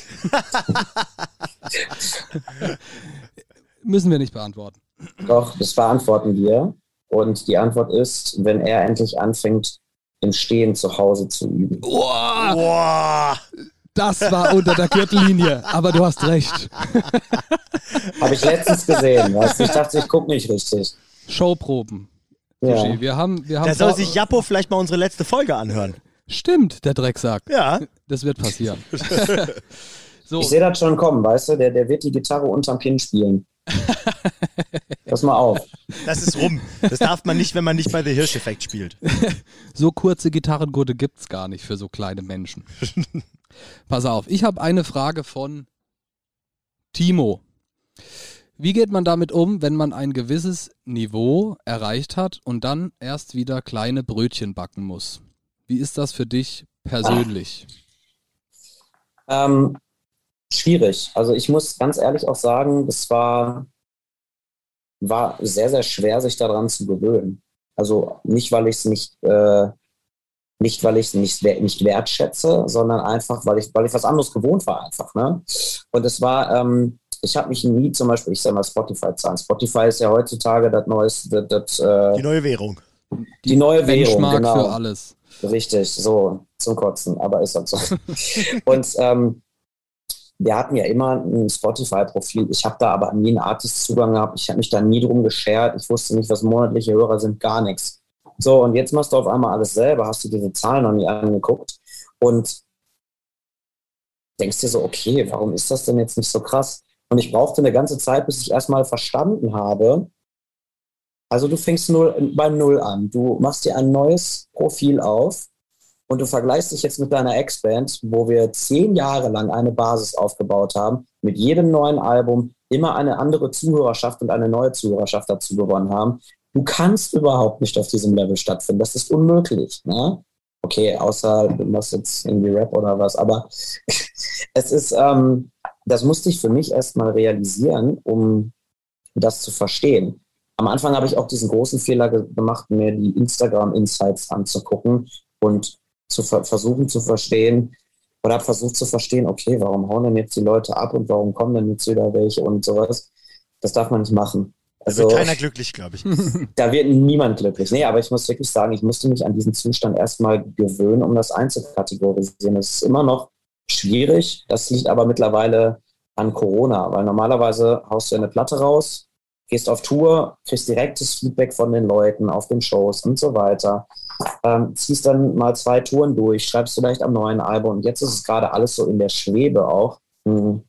Müssen wir nicht beantworten. Doch, das beantworten wir. Und die Antwort ist, wenn er endlich anfängt, im Stehen zu Hause zu üben. Boah, Boah! das war unter der Gürtellinie, aber du hast recht. Habe ich letztens gesehen. Weißt du? Ich dachte, ich gucke nicht richtig. Showproben. Ja. Sushi, wir haben, wir haben Da soll vor- sich Jappo vielleicht mal unsere letzte Folge anhören. Stimmt, der Drecksack. Ja. Das wird passieren. So, Ich sehe das schon kommen, weißt du? Der, der wird die Gitarre unterm Kinn spielen. Pass mal auf. Das ist rum. Das darf man nicht, wenn man nicht bei The Hirsch-Effekt spielt. so kurze Gitarrengurte gibt's gar nicht für so kleine Menschen. Pass auf, ich habe eine Frage von Timo. Wie geht man damit um, wenn man ein gewisses Niveau erreicht hat und dann erst wieder kleine Brötchen backen muss? Wie ist das für dich persönlich? Ähm, schwierig. Also ich muss ganz ehrlich auch sagen, es war, war sehr, sehr schwer, sich daran zu gewöhnen. Also nicht, weil ich es nicht, äh, nicht, weil ich es nicht, nicht wertschätze, sondern einfach, weil ich, weil ich was anderes gewohnt war einfach. Ne? Und es war, ähm, ich habe mich nie zum Beispiel, ich sage mal Spotify zahlen. Spotify ist ja heutzutage das neueste, das, äh, Die neue Währung. die neue Währung, Benchmark genau. für alles. Richtig, so zum Kotzen, aber ist halt so. Und ähm, wir hatten ja immer ein Spotify-Profil. Ich habe da aber nie einen Artist-Zugang gehabt. Ich habe mich da nie drum geschert. Ich wusste nicht, was monatliche Hörer sind, gar nichts. So, und jetzt machst du auf einmal alles selber, hast du diese Zahlen noch nie angeguckt und denkst dir so, okay, warum ist das denn jetzt nicht so krass? Und ich brauchte eine ganze Zeit, bis ich erstmal verstanden habe, also du fängst null, bei Null an. Du machst dir ein neues Profil auf und du vergleichst dich jetzt mit deiner Ex-Band, wo wir zehn Jahre lang eine Basis aufgebaut haben, mit jedem neuen Album immer eine andere Zuhörerschaft und eine neue Zuhörerschaft dazu gewonnen haben. Du kannst überhaupt nicht auf diesem Level stattfinden. Das ist unmöglich. Ne? Okay, außer du machst jetzt irgendwie Rap oder was, aber es ist, ähm, das musste ich für mich erstmal realisieren, um das zu verstehen. Am Anfang habe ich auch diesen großen Fehler ge- gemacht, mir die Instagram-Insights anzugucken und zu ver- versuchen zu verstehen, oder habe versucht zu verstehen, okay, warum hauen denn jetzt die Leute ab und warum kommen denn jetzt wieder welche und sowas. Das darf man nicht machen. Da Also, wird keiner glücklich, glaube ich. da wird niemand glücklich. Nee, aber ich muss wirklich sagen, ich musste mich an diesen Zustand erstmal gewöhnen, um das einzukategorisieren. Es ist immer noch schwierig. Das liegt aber mittlerweile an Corona, weil normalerweise haust du eine Platte raus, gehst auf Tour, kriegst direktes Feedback von den Leuten auf den Shows und so weiter. Ähm, ziehst dann mal zwei Touren durch, schreibst vielleicht am neuen Album. Und jetzt ist es gerade alles so in der Schwebe auch, mh,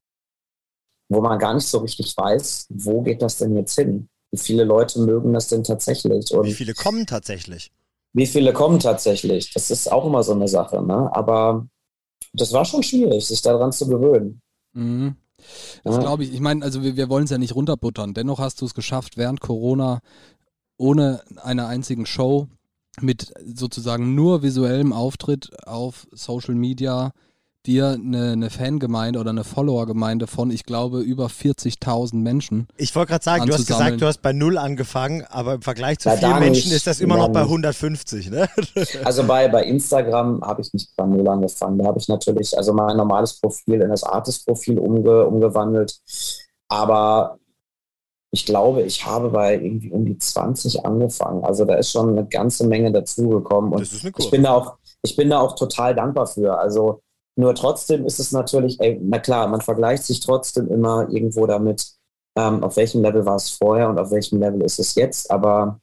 wo man gar nicht so richtig weiß, wo geht das denn jetzt hin? Wie viele Leute mögen das denn tatsächlich? Und Wie viele kommen tatsächlich? wie viele kommen tatsächlich? Das ist auch immer so eine Sache, ne? Aber das war schon schwierig, sich daran zu gewöhnen. Mhm. Das Ja. glaube ich. Ich meine, also wir, wir wollen es ja nicht runterbuttern. Dennoch hast du es geschafft, während Corona ohne einer einzigen Show mit sozusagen nur visuellem Auftritt auf Social Media dir eine, eine Fangemeinde oder eine Follower-Gemeinde von, ich glaube, über vierzigtausend Menschen. Ich wollte gerade sagen, du hast gesagt, du hast bei null angefangen, aber im Vergleich zu vielen Menschen ist das immer noch bei hundertfünfzig, ne? Also bei, bei Instagram habe ich nicht bei null angefangen. Da habe ich natürlich also mein normales Profil in das Artist-Profil umge, umgewandelt. Aber ich glaube, ich habe bei irgendwie um die zwanzig angefangen. Also da ist schon eine ganze Menge dazugekommen. Und das ist eine ich bin da auch, ich bin da auch total dankbar für. Also nur trotzdem ist es natürlich, ey, na klar, man vergleicht sich trotzdem immer irgendwo damit, ähm, auf welchem Level war es vorher und auf welchem Level ist es jetzt, aber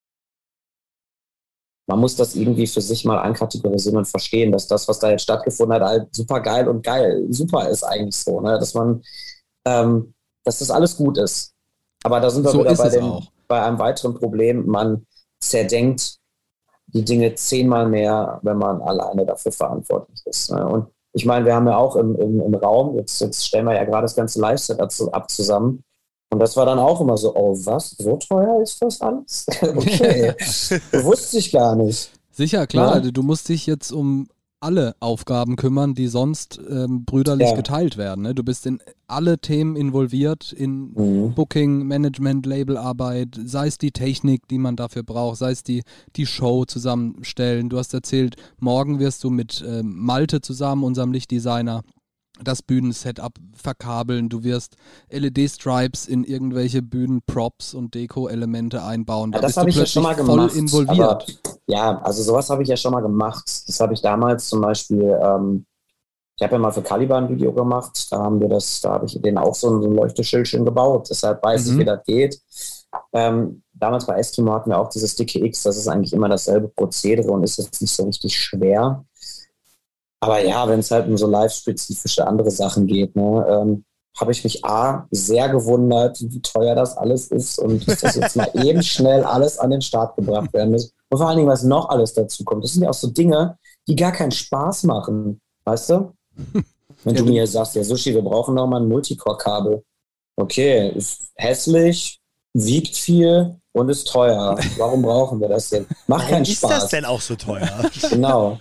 man muss das irgendwie für sich mal einkategorisieren und verstehen, dass das, was da jetzt stattgefunden hat, halt super geil und geil, super ist eigentlich so, ne? Dass man, ähm, dass das alles gut ist. Aber da sind wir So wieder ist bei, es dem, auch. bei einem weiteren Problem, man zerdenkt die Dinge zehnmal mehr, wenn man alleine dafür verantwortlich ist, ne? Und ich meine, wir haben ja auch im, im, im Raum, jetzt, jetzt stellen wir ja gerade das ganze Live-Setup zusammen. Und das war dann auch immer so, oh was, so teuer ist das alles? Okay, wusste ich gar nicht. Sicher, klar, Ja. du musst dich jetzt um alle Aufgaben kümmern, die sonst ähm, brüderlich Ja. geteilt werden. Ne? Du bist in alle Themen involviert, in Mhm. Booking, Management, Labelarbeit, sei es die Technik, die man dafür braucht, sei es die, die Show zusammenstellen. Du hast erzählt, morgen wirst du mit ähm, Malte zusammen, unserem Lichtdesigner, das Bühnensetup verkabeln. Du wirst L E D-Stripes in irgendwelche Bühnenprops und Deko-Elemente einbauen. Da Ja, das bist du habe ich ja plötzlich schon mal voll gemacht. involviert. Aber, ja, also sowas habe ich ja schon mal gemacht. Das habe ich damals zum Beispiel, ähm, ich habe ja mal für Caliber ein Video gemacht, da haben wir das, da habe ich denen auch so ein, so ein Leuchteschildchen gebaut, deshalb weiß Mhm. ich, wie das geht. Ähm, damals bei Eskimo hatten wir auch dieses dicke X, das ist eigentlich immer dasselbe Prozedere und ist jetzt nicht so richtig schwer. Aber ja, wenn es halt um so live-spezifische andere Sachen geht, ne, ähm, habe ich mich A, sehr gewundert, wie teuer das alles ist und dass das jetzt mal eben schnell alles an den Start gebracht werden muss. Und vor allen Dingen, was noch alles dazu kommt. Das sind ja auch so Dinge, die gar keinen Spaß machen, weißt du? Wenn Ja, du du- mir sagst, ja Sushi, wir brauchen noch mal ein Multicore-Kabel. Okay, ist hässlich, wiegt viel und ist teuer. Warum brauchen wir das denn? Macht Warum keinen ist Spaß. das denn auch so teuer? Genau.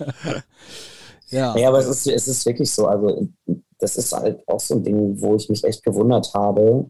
Ja. Ja, aber es ist, es ist wirklich so. Also, das ist halt auch so ein Ding, wo ich mich echt gewundert habe,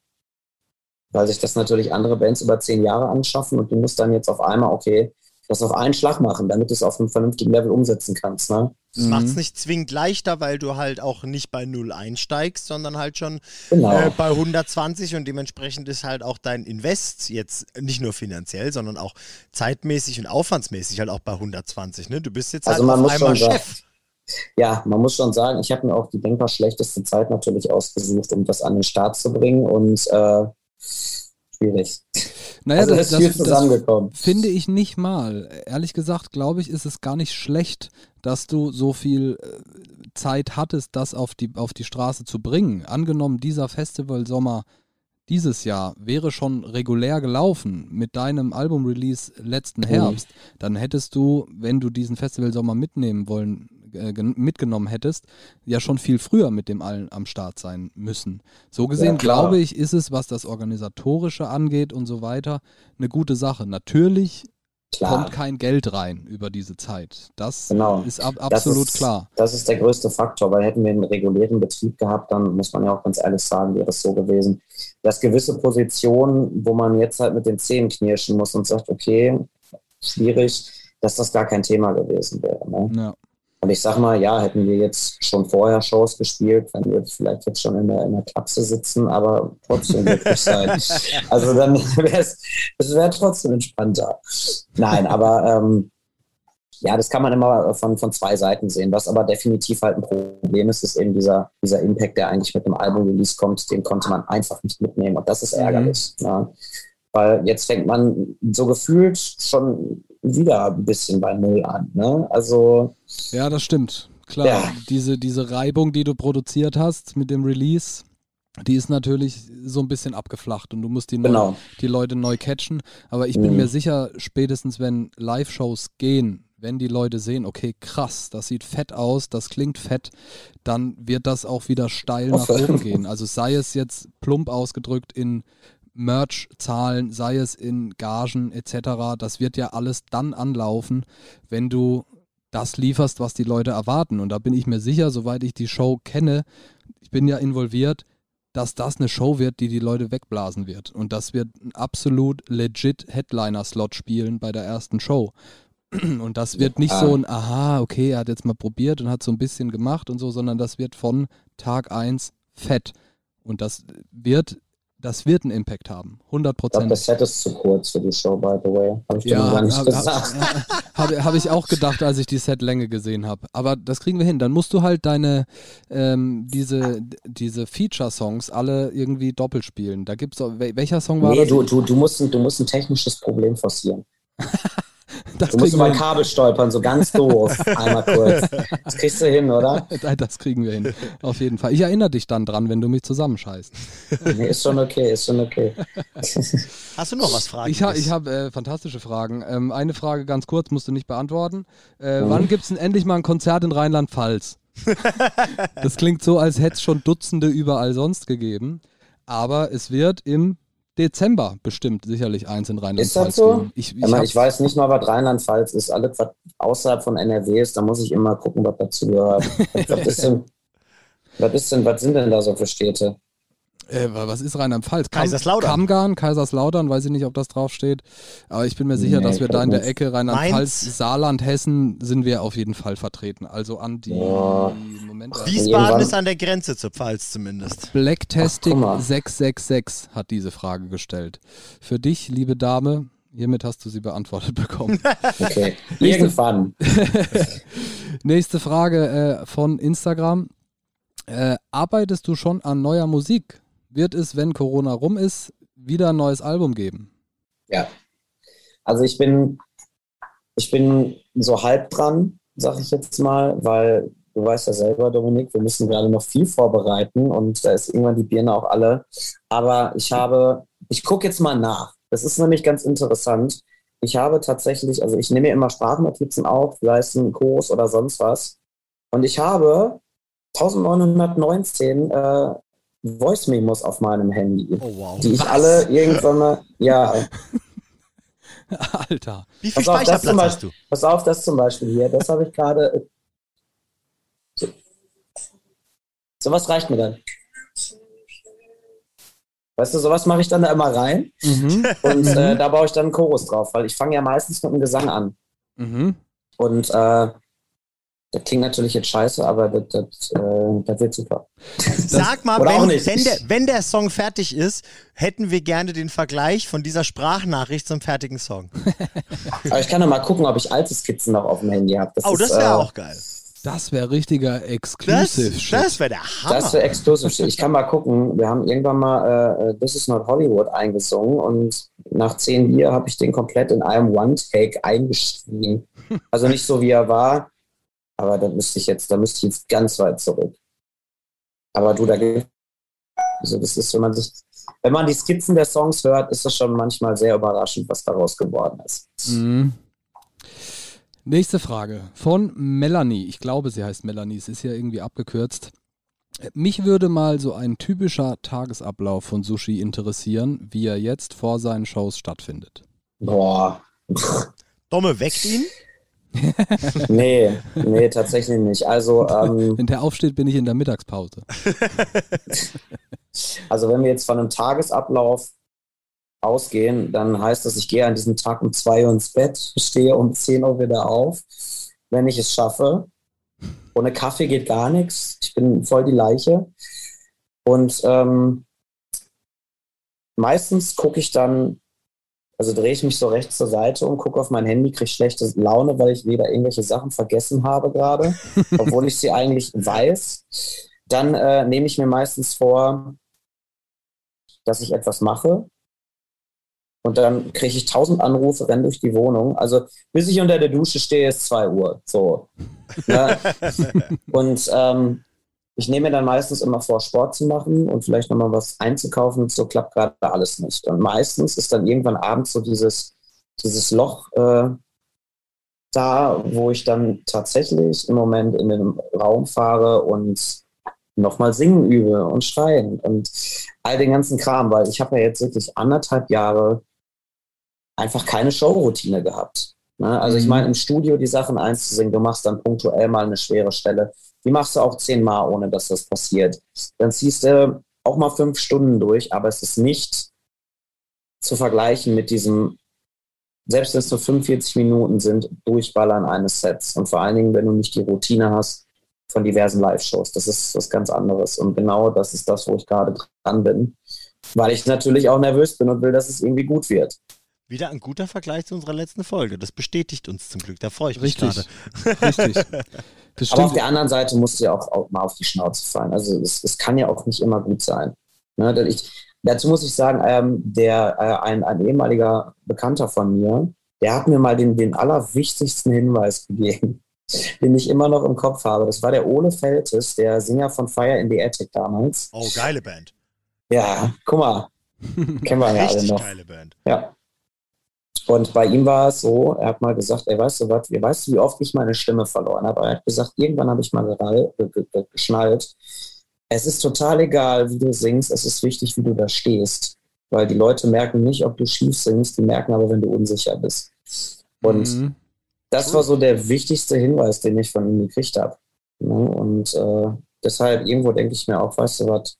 weil sich das natürlich andere Bands über zehn Jahre anschaffen und du musst dann jetzt auf einmal, okay, das auf einen Schlag machen, damit du es auf einem vernünftigen Level umsetzen kannst, ne? Das Mhm. macht es nicht zwingend leichter, weil du halt auch nicht bei null einsteigst, sondern halt schon Genau. äh, bei hundertzwanzig und dementsprechend ist halt auch dein Invest jetzt nicht nur finanziell, sondern auch zeitmäßig und aufwandsmäßig halt auch bei hundertzwanzig. Ne? Du bist jetzt halt Also man auf muss einmal schon sagen, Chef. ja, man muss schon sagen, ich habe mir auch die denkbar schlechteste Zeit natürlich ausgesucht, um das an den Start zu bringen und äh, schwierig. Naja, also das, es ist viel das, das zusammengekommen. finde ich nicht mal. Ehrlich gesagt, glaube ich, ist es gar nicht schlecht, dass du so viel äh, Zeit hattest, das auf die, auf die Straße zu bringen. Angenommen, dieser Festivalsommer dieses Jahr wäre schon regulär gelaufen mit deinem Album-Release letzten Herbst, dann hättest du, wenn du diesen Festivalsommer mitnehmen wollen, äh, gen- mitgenommen hättest, ja schon viel früher mit dem allen am Start sein müssen. So gesehen, Ja, klar. glaube ich, ist es, was das Organisatorische angeht und so weiter, eine gute Sache. Natürlich Klar. kommt kein Geld rein über diese Zeit. Das Genau. ist ab, Das absolut ist, klar. Das ist der größte Faktor, weil hätten wir einen regulären Betrieb gehabt, dann muss man ja auch ganz ehrlich sagen, wäre es so gewesen, dass gewisse Positionen, wo man jetzt halt mit den Zähnen knirschen muss und sagt, okay, schwierig, dass das gar kein Thema gewesen wäre. Ne? Ja. Und ich sag mal, ja, hätten wir jetzt schon vorher Shows gespielt, wenn wir jetzt vielleicht jetzt schon in der, in der Klapse sitzen, aber trotzdem glücklich sein. Also dann wäre es, es wäre trotzdem entspannter. Nein, aber ähm, ja, das kann man immer von, von zwei Seiten sehen. Was aber definitiv halt ein Problem ist, ist eben dieser, dieser Impact, der eigentlich mit einem Album-Release kommt, den konnte man einfach nicht mitnehmen. Und das ist ärgerlich. Mhm. Ja. Weil jetzt fängt man so gefühlt schon wieder ein bisschen bei Null an. Ne? Also Ja, das stimmt. Klar, Ja. diese, diese Reibung, die du produziert hast mit dem Release, die ist natürlich so ein bisschen abgeflacht und du musst die, neu, Genau. die Leute neu catchen. Aber ich bin Mhm. mir sicher, spätestens wenn Live-Shows gehen, wenn die Leute sehen, okay, krass, das sieht fett aus, das klingt fett, dann wird das auch wieder steil nach Hoffe. oben gehen. Also sei es jetzt plump ausgedrückt in Merch-Zahlen, sei es in Gagen et cetera, das wird ja alles dann anlaufen, wenn du das lieferst, was die Leute erwarten. Und da bin ich mir sicher, soweit ich die Show kenne, ich bin ja involviert, dass das eine Show wird, die die Leute wegblasen wird. Und das wird ein absolut legit Headliner-Slot spielen bei der ersten Show. Und das wird nicht so ein, aha, okay, er hat jetzt mal probiert und hat so ein bisschen gemacht und so, sondern das wird von Tag eins fett. Und das wird, das wird einen Impact haben, hundert Prozent. Ich glaube, das Set ist zu kurz für die Show, by the way. Habe ich dir ja, gar nicht hab, gesagt. Habe hab, hab ich auch gedacht, als ich die Setlänge gesehen habe. Aber das kriegen wir hin. Dann musst du halt deine, ähm, diese, diese Feature-Songs alle irgendwie doppelt spielen. Da gibt's auch, welcher Song war nee, das? Nee, du, du, du, musst ein, du musst ein technisches Problem forcieren. Das du musst über ein Kabel stolpern, so ganz doof. Einmal kurz. Das kriegst du hin, oder? Das kriegen wir hin. Auf jeden Fall. Ich erinnere dich dann dran, wenn du mich zusammenscheißt. Nee, ist schon okay, ist schon okay. Hast du noch was Fragen? Ich, ha, ich habe äh, fantastische Fragen. Ähm, eine Frage ganz kurz, musst du nicht beantworten. Äh, mhm. Wann gibt es denn endlich mal ein Konzert in Rheinland-Pfalz? Das klingt so, als hätte es schon Dutzende überall sonst gegeben. Aber es wird im Dezember bestimmt sicherlich eins in Rheinland-Pfalz. Ist das so? Ich, ich, ich, ich weiß nicht mal, was Rheinland-Pfalz ist. Alles, was außerhalb von N R W ist, da muss ich immer gucken, was dazu gehört. was, ist denn, was, ist denn, was sind denn da so für Städte? Äh, was ist Rheinland-Pfalz? Kaiserslautern. Kamgarn, Kaiserslautern, weiß ich nicht, ob das draufsteht. Aber ich bin mir sicher, nee, dass wir da in der Ecke Rheinland-Pfalz, Saarland, Hessen sind wir auf jeden Fall vertreten. Also an die, ja. die Momente. Wiesbaden ist an der Grenze zur Pfalz zumindest. Blacktesting sechs sechs sechs hat diese Frage gestellt. Für dich, liebe Dame, hiermit hast du sie beantwortet bekommen. Okay, irgendwann. Nächste Frage äh, von Instagram. Äh, arbeitest du schon an neuer Musik? Wird es, wenn Corona rum ist, wieder ein neues Album geben? Ja. Also ich bin, ich bin so halb dran, sag ich jetzt mal, weil du weißt ja selber, Dominik, wir müssen gerade noch viel vorbereiten und da ist irgendwann die Birne auch alle. Aber ich habe, ich gucke jetzt mal nach. Das ist nämlich ganz interessant. Ich habe tatsächlich, also ich nehme mir immer Sprachnotizen auf, sei es ein Kurs oder sonst was. Und ich habe neunzehnhundertneunzehn äh, Voice-Memos auf meinem Handy, oh, wow. die ich Was? alle irgendwann mal, ja. Alter. Wie viel Pass auf, Speicherplatz Beispiel, hast du? Pass auf, das zum Beispiel hier, das habe ich gerade. So. Sowas reicht mir dann. Weißt du, sowas mache ich dann da immer rein Mhm. und äh, da baue ich dann einen Chorus drauf, weil ich fange ja meistens mit einem Gesang an. Mhm. Und äh, das klingt natürlich jetzt scheiße, aber das, das, äh, das wird super. Sag mal, Oder auch wenn, nicht. wenn, der, wenn der Song fertig ist, hätten wir gerne den Vergleich von dieser Sprachnachricht zum fertigen Song. Aber ich kann doch mal gucken, ob ich alte Skizzen noch auf dem Handy habe. Oh, das wäre äh, auch geil. Das wäre richtiger Das, Exclusive-Shit. das wäre der Hammer. Das wäre Exclusive. Ich kann mal gucken. Wir haben irgendwann mal äh, This is not Hollywood eingesungen und nach zehn Bier habe ich den komplett in einem One-Take eingeschrieben. Also nicht so, wie er war, aber da müsste ich jetzt, da müsste ich jetzt ganz weit zurück. Aber du, da gibt also das ist, wenn man sich, wenn man die Skizzen der Songs hört, ist das schon manchmal sehr überraschend, was daraus geworden ist. Mhm. Nächste Frage von Melanie. Ich glaube, sie heißt Melanie. Es ist ja irgendwie abgekürzt. Mich würde mal so ein typischer Tagesablauf von Sushi interessieren, wie er jetzt vor seinen Shows stattfindet. Boah. Domme, weckt ihn? nee, nee, tatsächlich nicht. Also, ähm, wenn der aufsteht, bin ich in der Mittagspause. Also wenn wir jetzt von einem Tagesablauf ausgehen, dann heißt das, ich gehe an diesem Tag um zwei Uhr ins Bett, stehe um zehn Uhr wieder auf, wenn ich es schaffe. Ohne Kaffee geht gar nichts. Ich bin voll die Leiche. Und ähm, meistens gucke ich dann, also drehe ich mich so rechts zur Seite und gucke auf mein Handy, kriege schlechte Laune, weil ich wieder irgendwelche Sachen vergessen habe gerade, obwohl ich sie eigentlich weiß. Dann äh, nehme ich mir meistens vor, dass ich etwas mache. Und dann kriege ich tausend Anrufe, renne durch die Wohnung. Also bis ich unter der Dusche stehe, ist zwei Uhr. So. Ja. Und ähm, ich nehme mir dann meistens immer vor, Sport zu machen und vielleicht nochmal was einzukaufen. So klappt gerade alles nicht. Und meistens ist dann irgendwann abends so dieses, dieses Loch äh, da, wo ich dann tatsächlich im Moment in den Raum fahre und nochmal singen übe und schreien und all den ganzen Kram, weil ich habe ja jetzt wirklich anderthalb Jahre einfach keine Showroutine gehabt. Ne? Also ich meine, im Studio die Sachen einzusingen, du machst dann punktuell mal eine schwere Stelle. Die machst du auch zehnmal, ohne dass das passiert. Dann ziehst du auch mal fünf Stunden durch, aber es ist nicht zu vergleichen mit diesem, selbst wenn es nur fünfundvierzig Minuten sind, Durchballern eines Sets. Und vor allen Dingen, wenn du nicht die Routine hast von diversen Live-Shows. Das ist was ganz anderes. Und genau das ist das, wo ich gerade dran bin. Weil ich natürlich auch nervös bin und will, dass es irgendwie gut wird. Wieder ein guter Vergleich zu unserer letzten Folge. Das bestätigt uns zum Glück. Da freue ich mich Richtig. gerade. Richtig. Das Aber auf stimmt. der anderen Seite musst du ja auch, auch mal auf die Schnauze fallen. Also es, es kann ja auch nicht immer gut sein. Ne, denn ich, dazu muss ich sagen, ähm, der, äh, ein, ein ehemaliger Bekannter von mir, der hat mir mal den, den allerwichtigsten Hinweis gegeben, den ich immer noch im Kopf habe. Das war der Ole Feltes, der Sänger von Fire in the Attic damals. Oh, geile Band. Ja, guck mal, kennen wir ja alle Richtig noch. geile Band. Ja. Und bei ihm war es so, er hat mal gesagt, ey, weißt du was, weißt du, wie oft ich meine Stimme verloren habe? Er hat gesagt, irgendwann habe ich mal gerall, ge, ge, geschnallt, es ist total egal, wie du singst, es ist wichtig, wie du da stehst. Weil die Leute merken nicht, ob du schief singst, die merken aber, wenn du unsicher bist. Und Mhm. das war so der wichtigste Hinweis, den ich von ihm gekriegt habe. Ne? Und äh, deshalb irgendwo denke ich mir auch, weißt du was,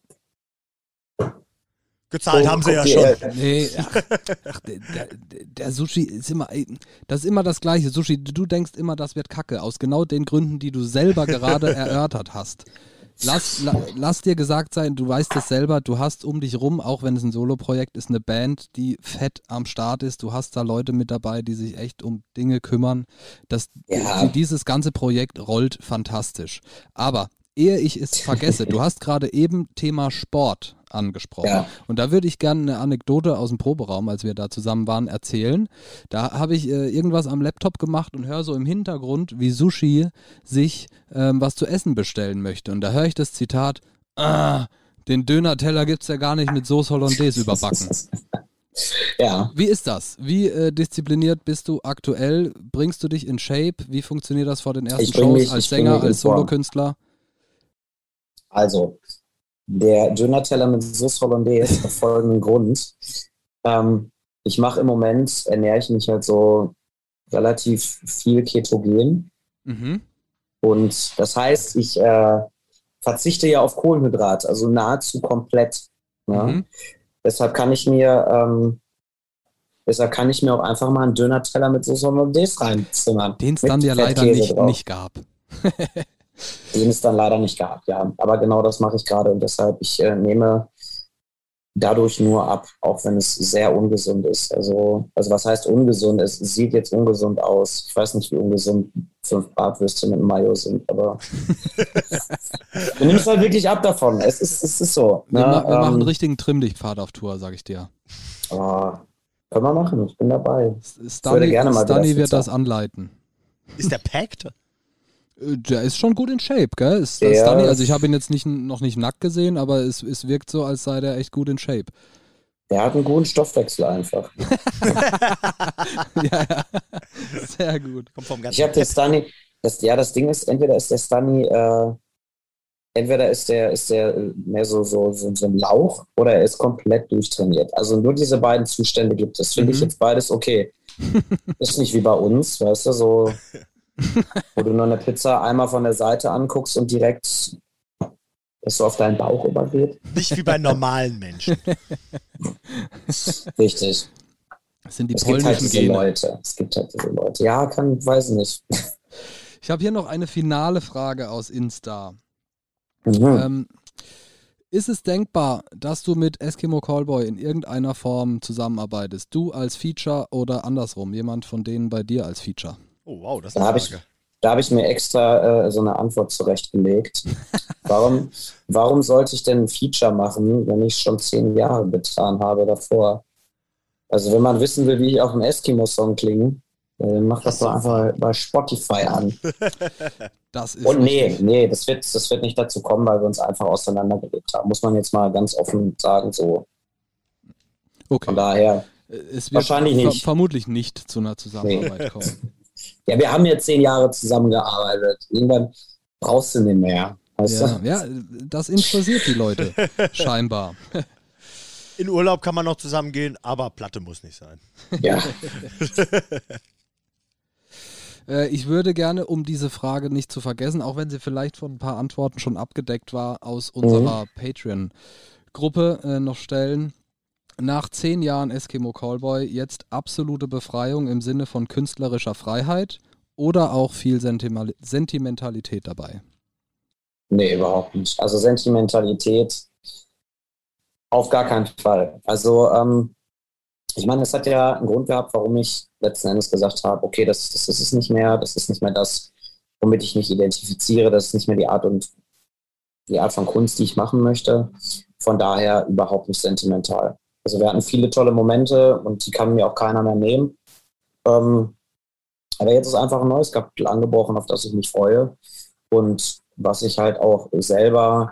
Gezahlt so, haben sie guck ja dir- schon. Nee, ach, ach, der, der, der Sushi ist immer, das ist immer das Gleiche. Sushi, du denkst immer, das wird Kacke, aus genau den Gründen, die du selber gerade erörtert hast. Lass, la, lass dir gesagt sein, du weißt es selber, du hast um dich rum, auch wenn es ein Soloprojekt ist, eine Band, die fett am Start ist. Du hast da Leute mit dabei, die sich echt um Dinge kümmern. Das, Ja. die, dieses ganze Projekt rollt fantastisch. Aber ehe ich es vergesse, du hast gerade eben Thema Sport angesprochen. Ja. Und da würde ich gerne eine Anekdote aus dem Proberaum, als wir da zusammen waren, erzählen. Da habe ich äh, irgendwas am Laptop gemacht und höre so im Hintergrund, wie Sushi sich ähm, was zu essen bestellen möchte. Und da höre ich das Zitat, ah, den Döner-Teller gibt es ja gar nicht mit Sauce Hollandaise überbacken. Ja, Wie ist das? Wie äh, diszipliniert bist du aktuell? Bringst du dich in Shape? Wie funktioniert das vor den ersten Ich bring Shows mich- als ich bring Sänger, mich in als Form. Solokünstler? also der Döner-Teller mit Sauce Hollandaise hat folgenden Grund. Ähm, ich mache im Moment, ernähre ich mich halt so relativ viel ketogen. Mhm. Und das heißt, ich äh, verzichte ja auf Kohlenhydrat, also nahezu komplett. Ne? Mhm. Deshalb kann ich mir, ähm, deshalb kann ich mir auch einfach mal einen Döner-Teller mit Sauce Hollandaise reinzimmern. Den es Mit dann ja leider Fettkäse nicht, drauf. nicht gab. Den es dann leider nicht gab, ja. Aber genau das mache ich gerade und deshalb, ich äh, nehme dadurch nur ab, auch wenn es sehr ungesund ist. Also, also was heißt ungesund? Es sieht jetzt ungesund aus. Ich weiß nicht, wie ungesund fünf Bratwürste mit Mayo sind, aber du nimmst halt wirklich ab davon. Es ist, es ist so. Wir, Ne? ma wir machen einen Ähm, richtigen Trimmlichtpfad auf Tour, sag ich dir. oh, können wir machen, ich bin dabei. Stanley, gerne mal wieder Stanley wird Pizza. das anleiten. Ist der packed? Äh, Der ist schon gut in Shape, gell? Ist, Der- Stanley, also ich habe ihn jetzt nicht, noch nicht nackt gesehen, aber es, es wirkt so, als sei der echt gut in Shape. Der hat einen guten Stoffwechsel einfach. ja, ja. Sehr gut. Kommt vom ganzen Ich habe den Stunny, das, ja, das Ding ist, entweder ist der Stunny, äh, entweder ist der, ist der äh, mehr so, so, so, so ein Lauch oder er ist komplett durchtrainiert. Also nur diese beiden Zustände gibt es. Finde ich Mhm. jetzt beides okay. Ist nicht wie bei uns, weißt du, so, wo du nur eine Pizza einmal von der Seite anguckst und direkt das so auf deinen Bauch übergeht. Nicht wie bei normalen Menschen. Richtig. Das sind die Es gibt halt polnischen diese Gene. Leute. Es gibt halt diese Leute. Ja, kann, weiß nicht. Ich habe hier noch eine finale Frage aus Insta. Mhm. Ähm, ist es denkbar, dass du mit Eskimo Callboy in irgendeiner Form zusammenarbeitest? Du als Feature oder andersrum? Jemand von denen bei dir als Feature? Oh, wow, das ist Da eine habe ich, Frage. da hab ich mir extra äh, so eine Antwort zurechtgelegt. Warum, warum sollte ich denn ein Feature machen, wenn ich schon zehn Jahre getan habe davor? Also wenn man wissen will, wie ich auf einem Eskimo-Song klinge, äh, mach das doch einfach bei Spotify an. Das ist Und nee, richtig. nee, das wird, das wird nicht dazu kommen, weil wir uns einfach auseinandergelebt haben. Muss man jetzt mal ganz offen sagen, so. Okay. Von daher, Es wird wahrscheinlich ver nicht. vermutlich nicht zu einer Zusammenarbeit kommen. ja, wir haben jetzt zehn Jahre zusammengearbeitet. Irgendwann brauchst du nicht mehr. Weißt Ja, du? ja, das interessiert die Leute scheinbar. In Urlaub kann man noch zusammen gehen, aber Platte muss nicht sein. Ja. Äh, ich würde gerne, um diese Frage nicht zu vergessen, auch wenn sie vielleicht von ein paar Antworten schon abgedeckt war, aus unserer mhm. Patreon-Gruppe äh, noch stellen. Nach zehn Jahren Eskimo Callboy jetzt absolute Befreiung im Sinne von künstlerischer Freiheit oder auch viel Sentimal- Sentimentalität dabei? Nee, überhaupt nicht. Also Sentimentalität auf gar keinen Fall. Also ähm, ich meine, es hat ja einen Grund gehabt, warum ich letzten Endes gesagt habe, okay, das, das ist es nicht mehr, das ist nicht mehr das, womit ich mich identifiziere, das ist nicht mehr die Art und die Art von Kunst, die ich machen möchte. Von daher überhaupt nicht sentimental. Also wir hatten viele tolle Momente und die kann mir auch keiner mehr nehmen. Ähm, aber jetzt ist einfach ein neues Kapitel angebrochen, auf das ich mich freue und was ich halt auch selber,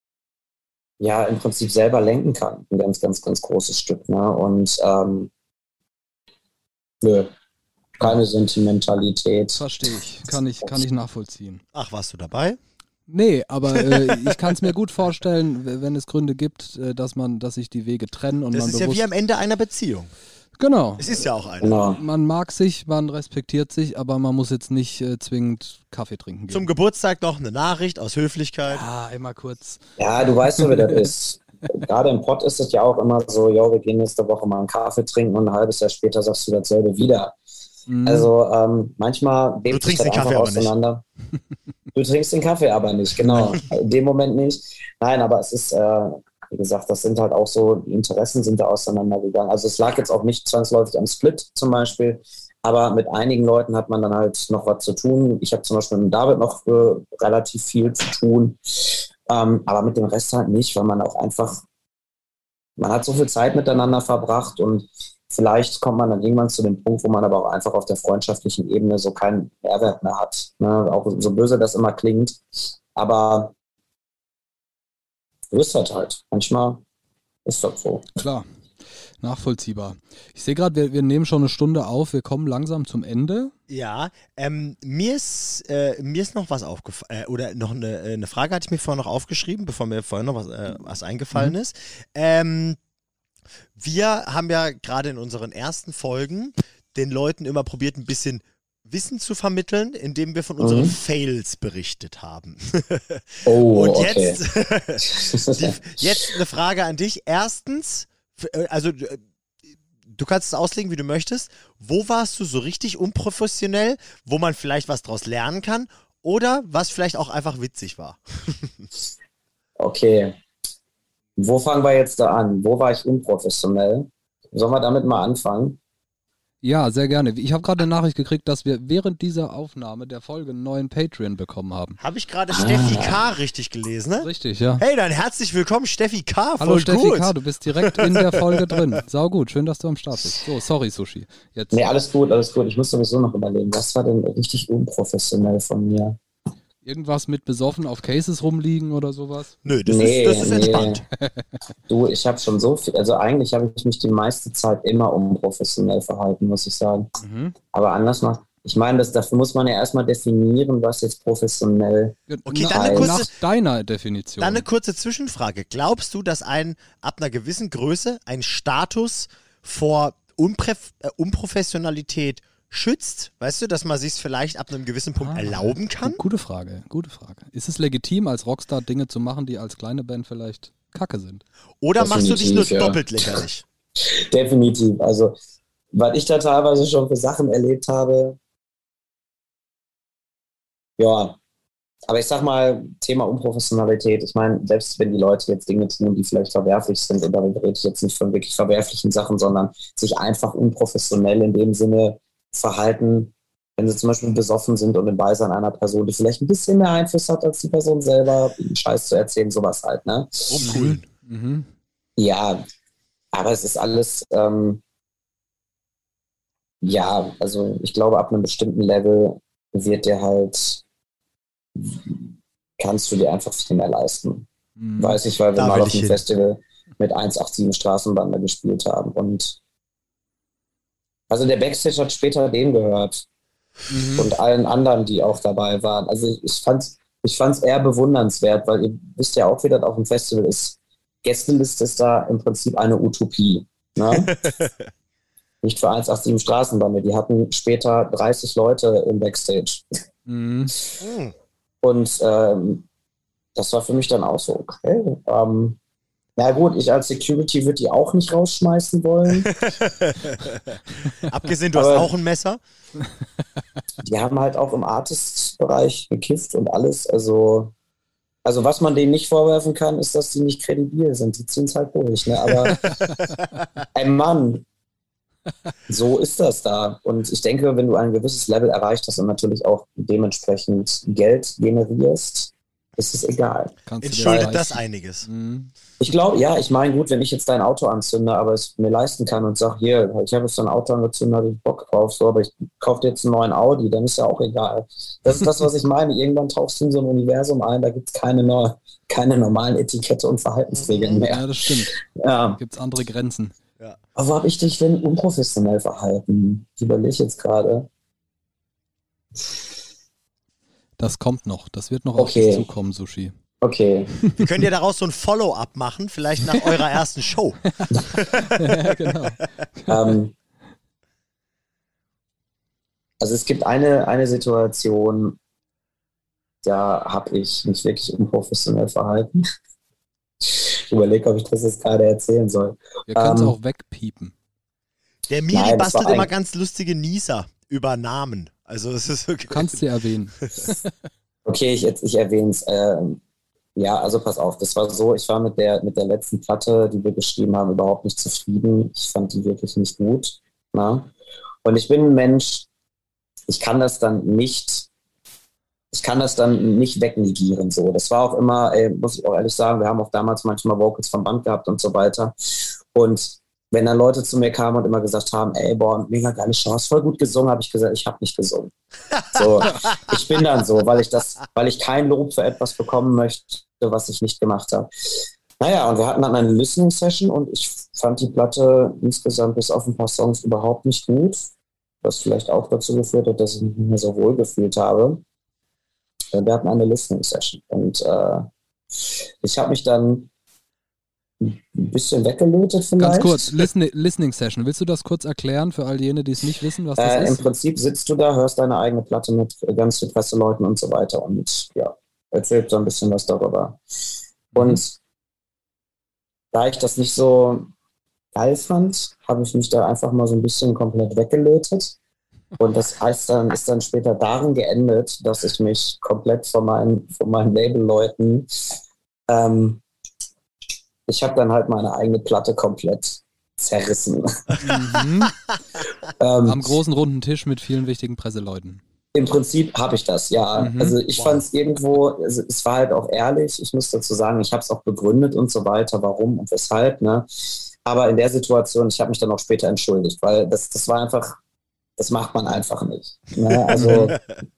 ja, im Prinzip selber lenken kann. Ein ganz, ganz, ganz großes Stück. Ne? Und ähm, nö, keine Sentimentalität. Verstehe ich. Kann ich, kann ich nachvollziehen. Ach, warst du dabei? Nee, aber äh, ich kann es mir gut vorstellen, wenn es Gründe gibt, äh, dass man, dass sich die Wege trennen und das man ist bewusst... ja wie am Ende einer Beziehung. Genau. Es ist ja auch eine. Genau. Man mag sich, man respektiert sich, aber man muss jetzt nicht äh, zwingend Kaffee trinken gehen. Zum Geburtstag noch eine Nachricht aus Höflichkeit. Ja, immer kurz. Ja, du weißt ja, wie das ist. Gerade im Pott ist es ja auch immer so, jo, wir gehen nächste Woche mal einen Kaffee trinken und ein halbes Jahr später sagst du dasselbe wieder. Mhm. Also ähm, manchmal lebt sich das einfach auseinander. Du trinkst den Kaffee aber nicht, genau. In dem Moment nicht. Nein, aber es ist, äh, wie gesagt, das sind halt auch so, die Interessen sind da auseinandergegangen. Also es lag jetzt auch nicht zwangsläufig am Split zum Beispiel, aber mit einigen Leuten hat man dann halt noch was zu tun. Ich habe zum Beispiel mit David noch äh, relativ viel zu tun, ähm, aber mit dem Rest halt nicht, weil man auch einfach, man hat so viel Zeit miteinander verbracht und vielleicht kommt man dann irgendwann zu dem Punkt, wo man aber auch einfach auf der freundschaftlichen Ebene so keinen Mehrwert mehr hat. Ne? Auch so böse das immer klingt, aber so ist das halt. Manchmal ist das so. Klar, nachvollziehbar. Ich sehe gerade, wir, wir nehmen schon eine Stunde auf, wir kommen langsam zum Ende. Ja, ähm, mir, ist, äh, mir ist noch was aufgefallen, äh, oder noch eine, eine Frage hatte ich mir vorher noch aufgeschrieben, bevor mir vorher noch was, äh, was eingefallen mhm. ist. Ähm, wir haben ja gerade in unseren ersten Folgen den Leuten immer probiert, ein bisschen Wissen zu vermitteln, indem wir von unseren mhm. Fails berichtet haben. Oh, und okay. jetzt, die, jetzt eine Frage an dich. Erstens, also du kannst es auslegen, wie du möchtest. Wo warst du so richtig unprofessionell, wo man vielleicht was draus lernen kann oder was vielleicht auch einfach witzig war? Okay. Wo fangen wir jetzt da an? Wo war ich unprofessionell? Sollen wir damit mal anfangen? Ja, sehr gerne. Ich habe gerade eine Nachricht gekriegt, dass wir während dieser Aufnahme der Folge einen neuen Patreon bekommen haben. Habe ich gerade ah. Steffi K. richtig gelesen, ne? Richtig, ja. Hey, dann herzlich willkommen, Steffi K. Voll Hallo Steffi gut. K., du bist direkt in der Folge drin. Sau gut, schön, dass du am Start bist. So, sorry Sushi. Jetzt. Nee, alles gut, alles gut. Ich muss sowieso noch überlegen, was war denn richtig unprofessionell von mir? Irgendwas mit besoffen auf Cases rumliegen oder sowas? Nö, das nee, ist, das ist entspannt. Nee. Du, ich habe schon so viel, also eigentlich habe ich mich die meiste Zeit immer unprofessionell verhalten, muss ich sagen. Mhm. Aber anders mal, ich meine, das, dafür muss man ja erstmal definieren, was jetzt professionell okay, nach, dann eine kurze, nach deiner Definition. Dann eine kurze Zwischenfrage. Glaubst du, dass ein ab einer gewissen Größe ein Status vor Unpre- äh, Unprofessionalität schützt, weißt du, dass man sich es vielleicht ab einem gewissen Punkt ah, erlauben kann? Gute Frage, gute Frage. Ist es legitim, als Rockstar Dinge zu machen, die als kleine Band vielleicht kacke sind? Oder Definitiv, machst du dich nur ja. doppelt lächerlich? Definitiv. Also, weil ich da teilweise schon für Sachen erlebt habe. Ja, aber ich sag mal, Thema Unprofessionalität. Ich meine, selbst wenn die Leute jetzt Dinge tun, die vielleicht verwerflich sind, und damit rede ich jetzt nicht von wirklich verwerflichen Sachen, sondern sich einfach unprofessionell in dem Sinne verhalten, wenn sie zum Beispiel besoffen sind und im Beisein einer Person, die vielleicht ein bisschen mehr Einfluss hat als die Person selber, einen Scheiß zu erzählen, sowas halt, ne? Oh, cool. Mhm. Ja, aber es ist alles, ähm, ja, also ich glaube, ab einem bestimmten Level wird dir halt, kannst du dir einfach viel mehr leisten. Mhm. Weiß ich, weil wir da mal auf dem hin. Festival mit eins acht sieben Straßenbahn gespielt haben und also der Backstage hat später dem gehört. Mhm. Und allen anderen, die auch dabei waren. Also ich, ich fand's, ich fand's eher bewundernswert, weil ihr wisst ja auch, wie das auf dem Festival ist. Gästeliste ist da im Prinzip eine Utopie. Ne? nicht für eins acht sieben Straßenbande. Die hatten später dreißig Leute im Backstage. Mhm. Und ähm, das war für mich dann auch so, okay. Ähm, na gut, ich als Security würde die auch nicht rausschmeißen wollen. Abgesehen, du Aber hast auch ein Messer. Die haben halt auch im Artist-Bereich gekifft und alles. Also, also was man denen nicht vorwerfen kann, ist, dass die nicht kredibil sind. Die ziehen es halt durch. Ne? Aber ein Mann, so ist das da. Und ich denke, wenn du ein gewisses Level erreicht hast und natürlich auch dementsprechend Geld generierst, ist es egal. Entschuldet das einiges. Mhm. Ich glaube, ja, ich meine, gut, wenn ich jetzt dein Auto anzünde, aber es mir leisten kann und sage, hier, ich habe jetzt ein Auto angezündet, habe ich Bock drauf, so, aber ich kaufe jetzt einen neuen Audi, dann ist ja auch egal. Das ist das, was ich meine. Irgendwann tauchst du in so ein Universum ein, da gibt es keine, keine normalen Etikette und Verhaltensregeln mehr. Ja, das stimmt. Ja. Da gibt es andere Grenzen. Ja. Aber wo habe ich dich denn unprofessionell verhalten? Ich überlege jetzt gerade. Das kommt noch. Das wird noch Okay. auf dich zukommen, Sushi. Okay. Wir können ja daraus so ein Follow-up machen, vielleicht nach eurer ersten Show. Ja, genau. ähm, also es gibt eine, eine Situation, da habe ich mich wirklich unprofessionell verhalten. Ich überlege, ob ich das jetzt gerade erzählen soll. Wir können es Ähm, auch wegpiepen. Der Miri Nein, das bastelt war immer ein- ganz lustige Nieser über Namen. Also es ist okay. Du kannst sie erwähnen. Okay, ich, ich erwähne es. Ähm, ja, also pass auf, das war so, ich war mit der, mit der letzten Platte, die wir geschrieben haben, überhaupt nicht zufrieden. Ich fand die wirklich nicht gut. Na? Und ich bin ein Mensch, ich kann das dann nicht, ich kann das dann nicht wegnegieren. So. Das war auch immer, ey, muss ich auch ehrlich sagen, wir haben auch damals manchmal Vocals vom Band gehabt und so weiter. Und wenn dann Leute zu mir kamen und immer gesagt haben, ey, boah, mega geile Show, hast voll gut gesungen, habe ich gesagt, ich habe nicht gesungen. So, ich bin dann so, weil ich das, weil ich kein Lob für etwas bekommen möchte, was ich nicht gemacht habe. Naja, und wir hatten dann eine Listening-Session und ich fand die Platte insgesamt bis auf ein paar Songs überhaupt nicht gut, was vielleicht auch dazu geführt hat, dass ich mich nicht mehr so wohl gefühlt habe. Wir hatten eine Listening-Session und äh, ich habe mich dann ein bisschen weggelötet vielleicht. Ganz kurz, Listen Listening Session. Willst du das kurz erklären für all jene, die es nicht wissen, was das Äh, Im ist? Prinzip sitzt du da, hörst deine eigene Platte mit ganz vielen Presseleuten und so weiter und ja, erzählt so ein bisschen was darüber. Und da ich das nicht so geil fand, habe ich mich da einfach mal so ein bisschen komplett weggelötet. Und das heißt dann, ist dann später darin geendet, dass ich mich komplett von meinen, von meinen Labelleuten, ähm, ich habe dann halt meine eigene Platte komplett zerrissen. Mhm. ähm, Am großen runden Tisch mit vielen wichtigen Presseleuten. Im Prinzip habe ich das, ja. Mhm. Also ich Wow. fand es irgendwo, also es war halt auch ehrlich, ich muss dazu sagen, ich habe es auch begründet und so weiter, warum und weshalb, ne? Aber in der Situation, ich habe mich dann auch später entschuldigt, weil das, das war einfach, das macht man einfach nicht. Ne? Also,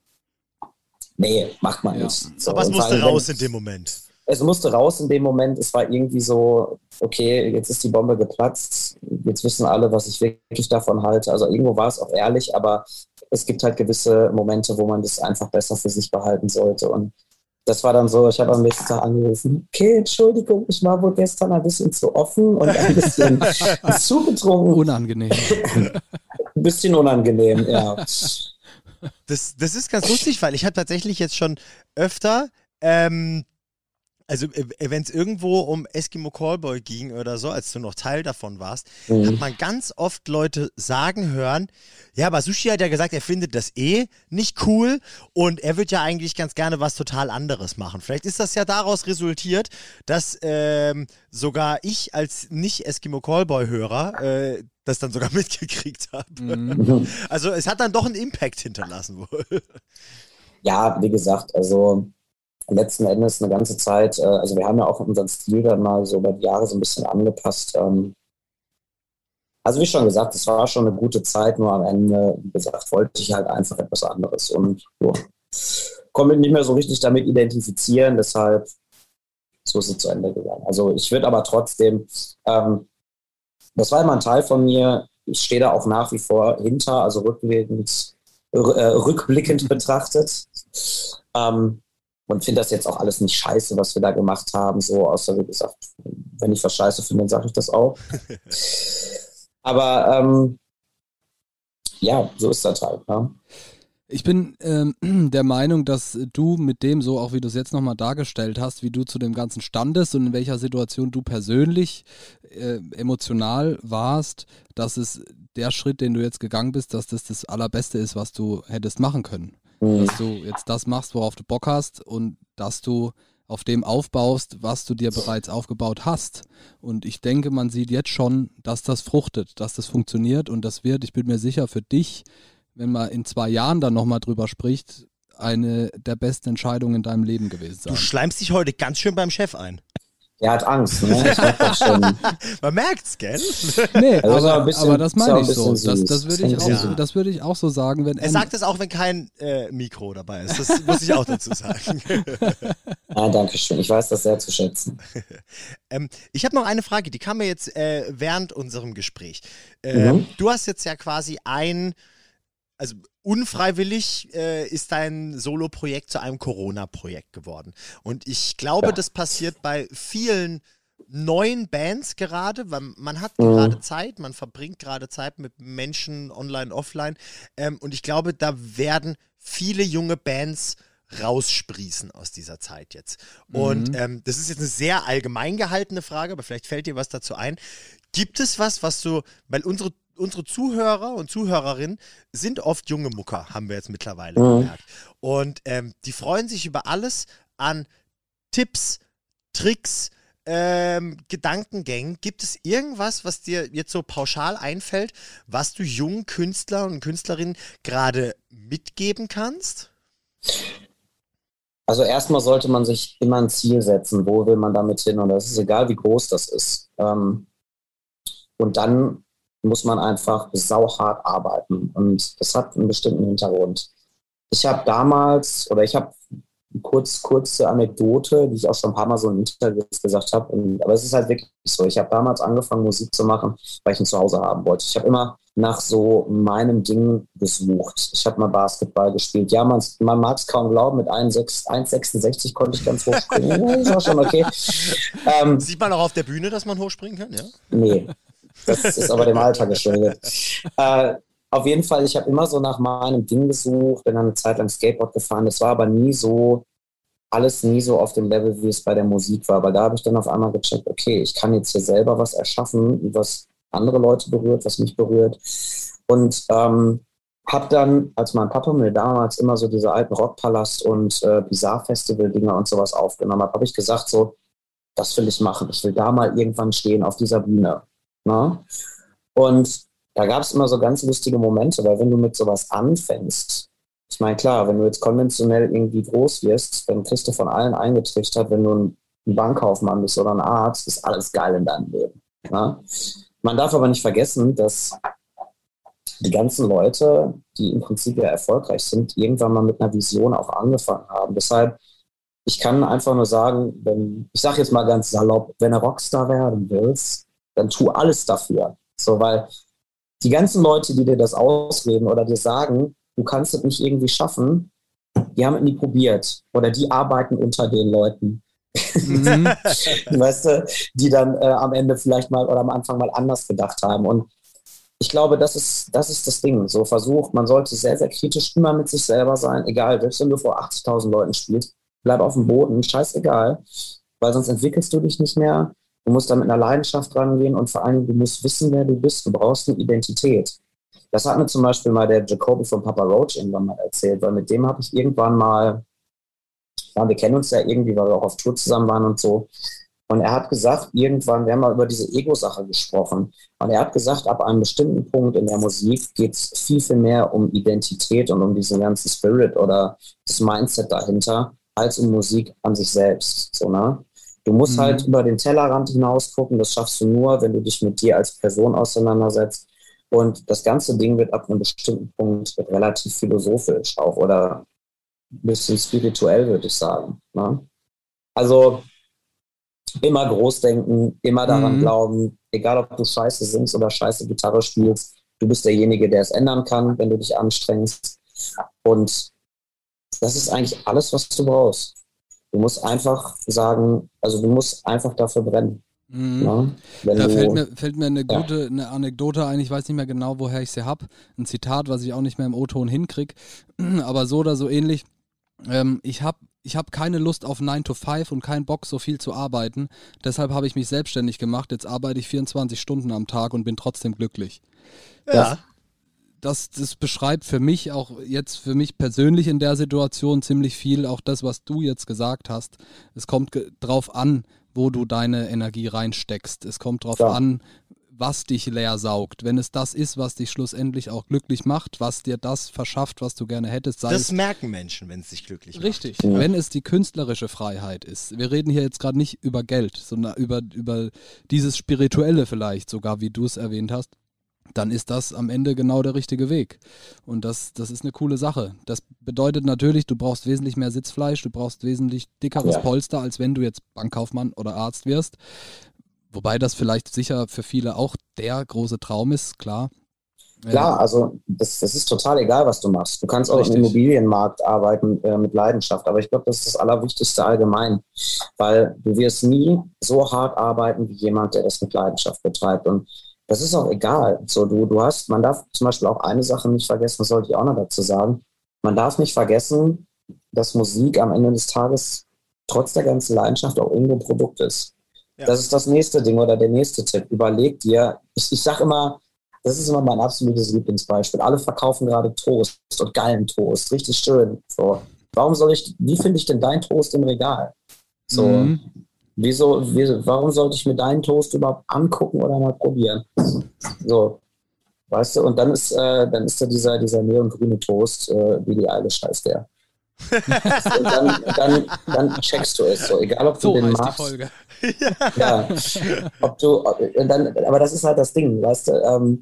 nee, macht man Ja. nicht. So, Aber es und vor musste allem, wenn- raus in dem Moment. Es musste raus in dem Moment, es war irgendwie so, okay, jetzt ist die Bombe geplatzt, jetzt wissen alle, was ich wirklich davon halte. Also irgendwo war es auch ehrlich, aber es gibt halt gewisse Momente, wo man das einfach besser für sich behalten sollte. Und das war dann so, ich habe am nächsten Tag angerufen, okay, Entschuldigung, ich war wohl gestern ein bisschen zu offen und ein bisschen zu betrunken. Unangenehm. Ein bisschen unangenehm, ja. Das, das ist ganz lustig, weil ich habe tatsächlich jetzt schon öfter, ähm, also äh, wenn es irgendwo um Eskimo Callboy ging oder so, als du noch Teil davon warst, hat Mhm. man ganz oft Leute sagen hören, ja, aber Sushi hat ja gesagt, er findet das eh nicht cool und er wird ja eigentlich ganz gerne was total anderes machen. Vielleicht ist das ja daraus resultiert, dass ähm, sogar ich als nicht-Eskimo Callboy-Hörer äh, das dann sogar mitgekriegt habe. Mhm. Also es hat dann doch einen Impact hinterlassen wohl. Ja, wie gesagt, also letzten Endes eine ganze Zeit, äh, also wir haben ja auch unseren Stil dann mal so über die Jahre so ein bisschen angepasst. Ähm, also wie schon gesagt, es war schon eine gute Zeit, nur am Ende, wie gesagt, wollte ich halt einfach etwas anderes und so, konnte mich nicht mehr so richtig damit identifizieren, deshalb so ist es zu Ende gegangen. Also ich würde aber trotzdem, ähm, das war immer ein Teil von mir, ich stehe da auch nach wie vor hinter, also rückblickend, äh, rückblickend betrachtet. Ähm, und finde das jetzt auch alles nicht scheiße, was wir da gemacht haben, so außer wie gesagt, wenn ich was scheiße finde, dann sage ich das auch. Aber ähm, ja, so ist das halt. Ne? Ich bin ähm, der Meinung, dass du mit dem, so auch wie du es jetzt nochmal dargestellt hast, wie du zu dem Ganzen standest und in welcher Situation du persönlich äh, emotional warst, dass es der Schritt, den du jetzt gegangen bist, dass das das Allerbeste ist, was du hättest machen können. Mhm. Dass du jetzt das machst, worauf du Bock hast und dass du auf dem aufbaust, was du dir bereits aufgebaut hast. Und ich denke, man sieht jetzt schon, dass das fruchtet, dass das funktioniert und das wird, ich bin mir sicher, für dich, wenn man in zwei Jahren dann nochmal drüber spricht, eine der besten Entscheidungen in deinem Leben gewesen sein. Du schleimst dich heute ganz schön beim Chef ein. Er hat Angst, ne? Ich merk das schon. Man merkt's, gell? Nee, also aber, bisschen, aber das meine ich so. Das, das würde ich, auch, ja. das würd ich auch so sagen. Wenn er sagt es auch, wenn kein äh, Mikro dabei ist. Das muss ich auch dazu sagen. Ah, danke schön. Ich weiß das sehr zu schätzen. ähm, ich habe noch eine Frage, die kam mir jetzt äh, während unserem Gespräch. Äh, mhm. Du hast jetzt ja quasi ein... Also unfreiwillig äh, ist dein Solo-Projekt zu einem Corona-Projekt geworden. Und ich glaube, ja. das passiert bei vielen neuen Bands gerade, weil man hat mhm. gerade Zeit, man verbringt gerade Zeit mit Menschen online, offline. Ähm, und ich glaube, da werden viele junge Bands raussprießen aus dieser Zeit jetzt. Mhm. Und ähm, das ist jetzt eine sehr allgemein gehaltene Frage, aber vielleicht fällt dir was dazu ein. Gibt es was, was du, weil unsere Unsere Zuhörer und Zuhörerinnen sind oft junge Mucker, haben wir jetzt mittlerweile mhm. gemerkt. Und ähm, die freuen sich über alles an Tipps, Tricks, ähm, Gedankengängen. Gibt es irgendwas, was dir jetzt so pauschal einfällt, was du jungen Künstlern und Künstlerinnen gerade mitgeben kannst? Also erstmal sollte man sich immer ein Ziel setzen, wo will man damit hin, und das ist egal, wie groß das ist. Ähm, und dann muss man einfach sauhart arbeiten, und das hat einen bestimmten Hintergrund. Ich habe damals, oder ich habe eine kurz, kurze Anekdote, die ich auch schon ein paar Mal so in Interviews gesagt habe, und, aber es ist halt wirklich so, ich habe damals angefangen, Musik zu machen, weil ich ein Zuhause haben wollte. Ich habe immer nach so meinem Ding gesucht. Ich habe mal Basketball gespielt. Ja, man, man mag es kaum glauben, mit eins Komma sechsundsechzig konnte ich ganz hoch springen. Das war schon okay. Ähm, Sieht man auch auf der Bühne, dass man hochspringen kann, ja? Nee. Das ist aber dem Alter geschuldet. Äh, auf jeden Fall, ich habe immer so nach meinem Ding gesucht, bin dann eine Zeit lang Skateboard gefahren. Das war aber nie so, alles nie so auf dem Level, wie es bei der Musik war. Weil da habe ich dann auf einmal gecheckt, okay, ich kann jetzt hier selber was erschaffen, was andere Leute berührt, was mich berührt. Und ähm, habe dann, als mein Papa mir damals immer so diese alten Rockpalast- und äh, Bizarre-Festival-Dinger und sowas aufgenommen hat, habe ich gesagt so, das will ich machen. Ich will da mal irgendwann stehen auf dieser Bühne. Na? Und da gab es immer so ganz lustige Momente, weil wenn du mit sowas anfängst, ich meine, klar, wenn du jetzt konventionell irgendwie groß wirst, dann kriegst du von allen eingetrichtert, wenn du ein, ein Bankkaufmann bist oder ein Arzt, ist alles geil in deinem Leben. Na? Man darf aber nicht vergessen, dass die ganzen Leute, die im Prinzip ja erfolgreich sind, irgendwann mal mit einer Vision auch angefangen haben. Deshalb, ich kann einfach nur sagen, wenn, ich sage jetzt mal ganz salopp, wenn du Rockstar werden willst, dann tu alles dafür. So, weil die ganzen Leute, die dir das ausreden oder dir sagen, du kannst es nicht irgendwie schaffen, die haben es nie probiert. Oder die arbeiten unter den Leuten. Mhm. Weißt du, die dann äh, am Ende vielleicht mal oder am Anfang mal anders gedacht haben. Und ich glaube, das ist, das ist das Ding. So versucht, man sollte sehr, sehr kritisch immer mit sich selber sein. Egal, selbst wenn du vor achtzigtausend Leuten spielst, bleib auf dem Boden, scheißegal. Weil sonst entwickelst du dich nicht mehr. Du musst da mit einer Leidenschaft rangehen, und vor allem, du musst wissen, wer du bist. Du brauchst eine Identität. Das hat mir zum Beispiel mal der Jacoby von Papa Roach irgendwann mal erzählt, weil mit dem habe ich irgendwann mal, ja, wir kennen uns ja irgendwie, weil wir auch auf Tour zusammen waren und so. Und er hat gesagt, irgendwann, wir haben mal über diese Ego-Sache gesprochen, und er hat gesagt, ab einem bestimmten Punkt in der Musik geht es viel, viel mehr um Identität und um diesen ganzen Spirit oder das Mindset dahinter, als um Musik an sich selbst. So, ne? Du musst mhm. halt über den Tellerrand hinaus gucken, das schaffst du nur, wenn du dich mit dir als Person auseinandersetzt. Und das ganze Ding wird ab einem bestimmten Punkt relativ philosophisch auch oder ein bisschen spirituell, würde ich sagen. Ne? Also immer groß denken, immer daran mhm. glauben, egal ob du scheiße singst oder scheiße Gitarre spielst, du bist derjenige, der es ändern kann, wenn du dich anstrengst. Und das ist eigentlich alles, was du brauchst. Du musst einfach sagen, also du musst einfach dafür brennen. Mhm. Ja, wenn Da du, fällt mir, fällt mir eine ja. gute eine Anekdote ein, ich weiß nicht mehr genau, woher ich sie habe. Ein Zitat, was ich auch nicht mehr im O-Ton hinkriege, aber so oder so ähnlich. Ähm, ich habe ich hab keine Lust auf nine to five und keinen Bock, so viel zu arbeiten. Deshalb habe ich mich selbstständig gemacht. Jetzt arbeite ich vierundzwanzig Stunden am Tag und bin trotzdem glücklich. Ja. Das, das beschreibt für mich auch jetzt, für mich persönlich in der Situation ziemlich viel, auch das, was du jetzt gesagt hast. Es kommt ge- drauf an, wo du deine Energie reinsteckst. Es kommt drauf Ja. an, was dich leer saugt. Wenn es das ist, was dich schlussendlich auch glücklich macht, was dir das verschafft, was du gerne hättest, sei Das es merken Menschen, wenn es sich glücklich macht. richtig, Ja. wenn es die künstlerische Freiheit ist. Wir reden hier jetzt gerade nicht über Geld, sondern über, über dieses Spirituelle vielleicht sogar, wie du es erwähnt hast. Dann ist das am Ende genau der richtige Weg. Und das, das ist eine coole Sache. Das bedeutet natürlich, du brauchst wesentlich mehr Sitzfleisch, du brauchst wesentlich dickeres Ja. Polster, als wenn du jetzt Bankkaufmann oder Arzt wirst. Wobei das vielleicht sicher für viele auch der große Traum ist, klar. Klar, also das, das ist total egal, was du machst. Du kannst auch Richtig. im Immobilienmarkt arbeiten äh, mit Leidenschaft, aber ich glaube, das ist das Allerwichtigste allgemein, weil du wirst nie so hart arbeiten wie jemand, der das mit Leidenschaft betreibt. Und das ist auch egal. So, du, du hast, man darf zum Beispiel auch eine Sache nicht vergessen, das sollte ich auch noch dazu sagen. Man darf nicht vergessen, dass Musik am Ende des Tages trotz der ganzen Leidenschaft auch irgendwo ein Produkt ist. Ja. Das ist das nächste Ding oder der nächste Tipp. Überleg dir, ich, ich sag immer, das ist immer mein absolutes Lieblingsbeispiel. Alle verkaufen gerade Toast und geilen Toast, richtig schön. So, warum soll ich, wie finde ich denn dein Toast im Regal? So, Mhm. wieso, wieso, warum sollte ich mir deinen Toast überhaupt angucken oder mal probieren? So, weißt du, und dann ist, äh, dann ist da dieser, dieser neongrüne Toast, äh, wie die Eilish heißt der. Und dann, dann, dann checkst du es so, egal ob du So den heißt die magst. Folge. Ja, ob du, ob, dann, aber das ist halt das Ding, weißt du, ähm,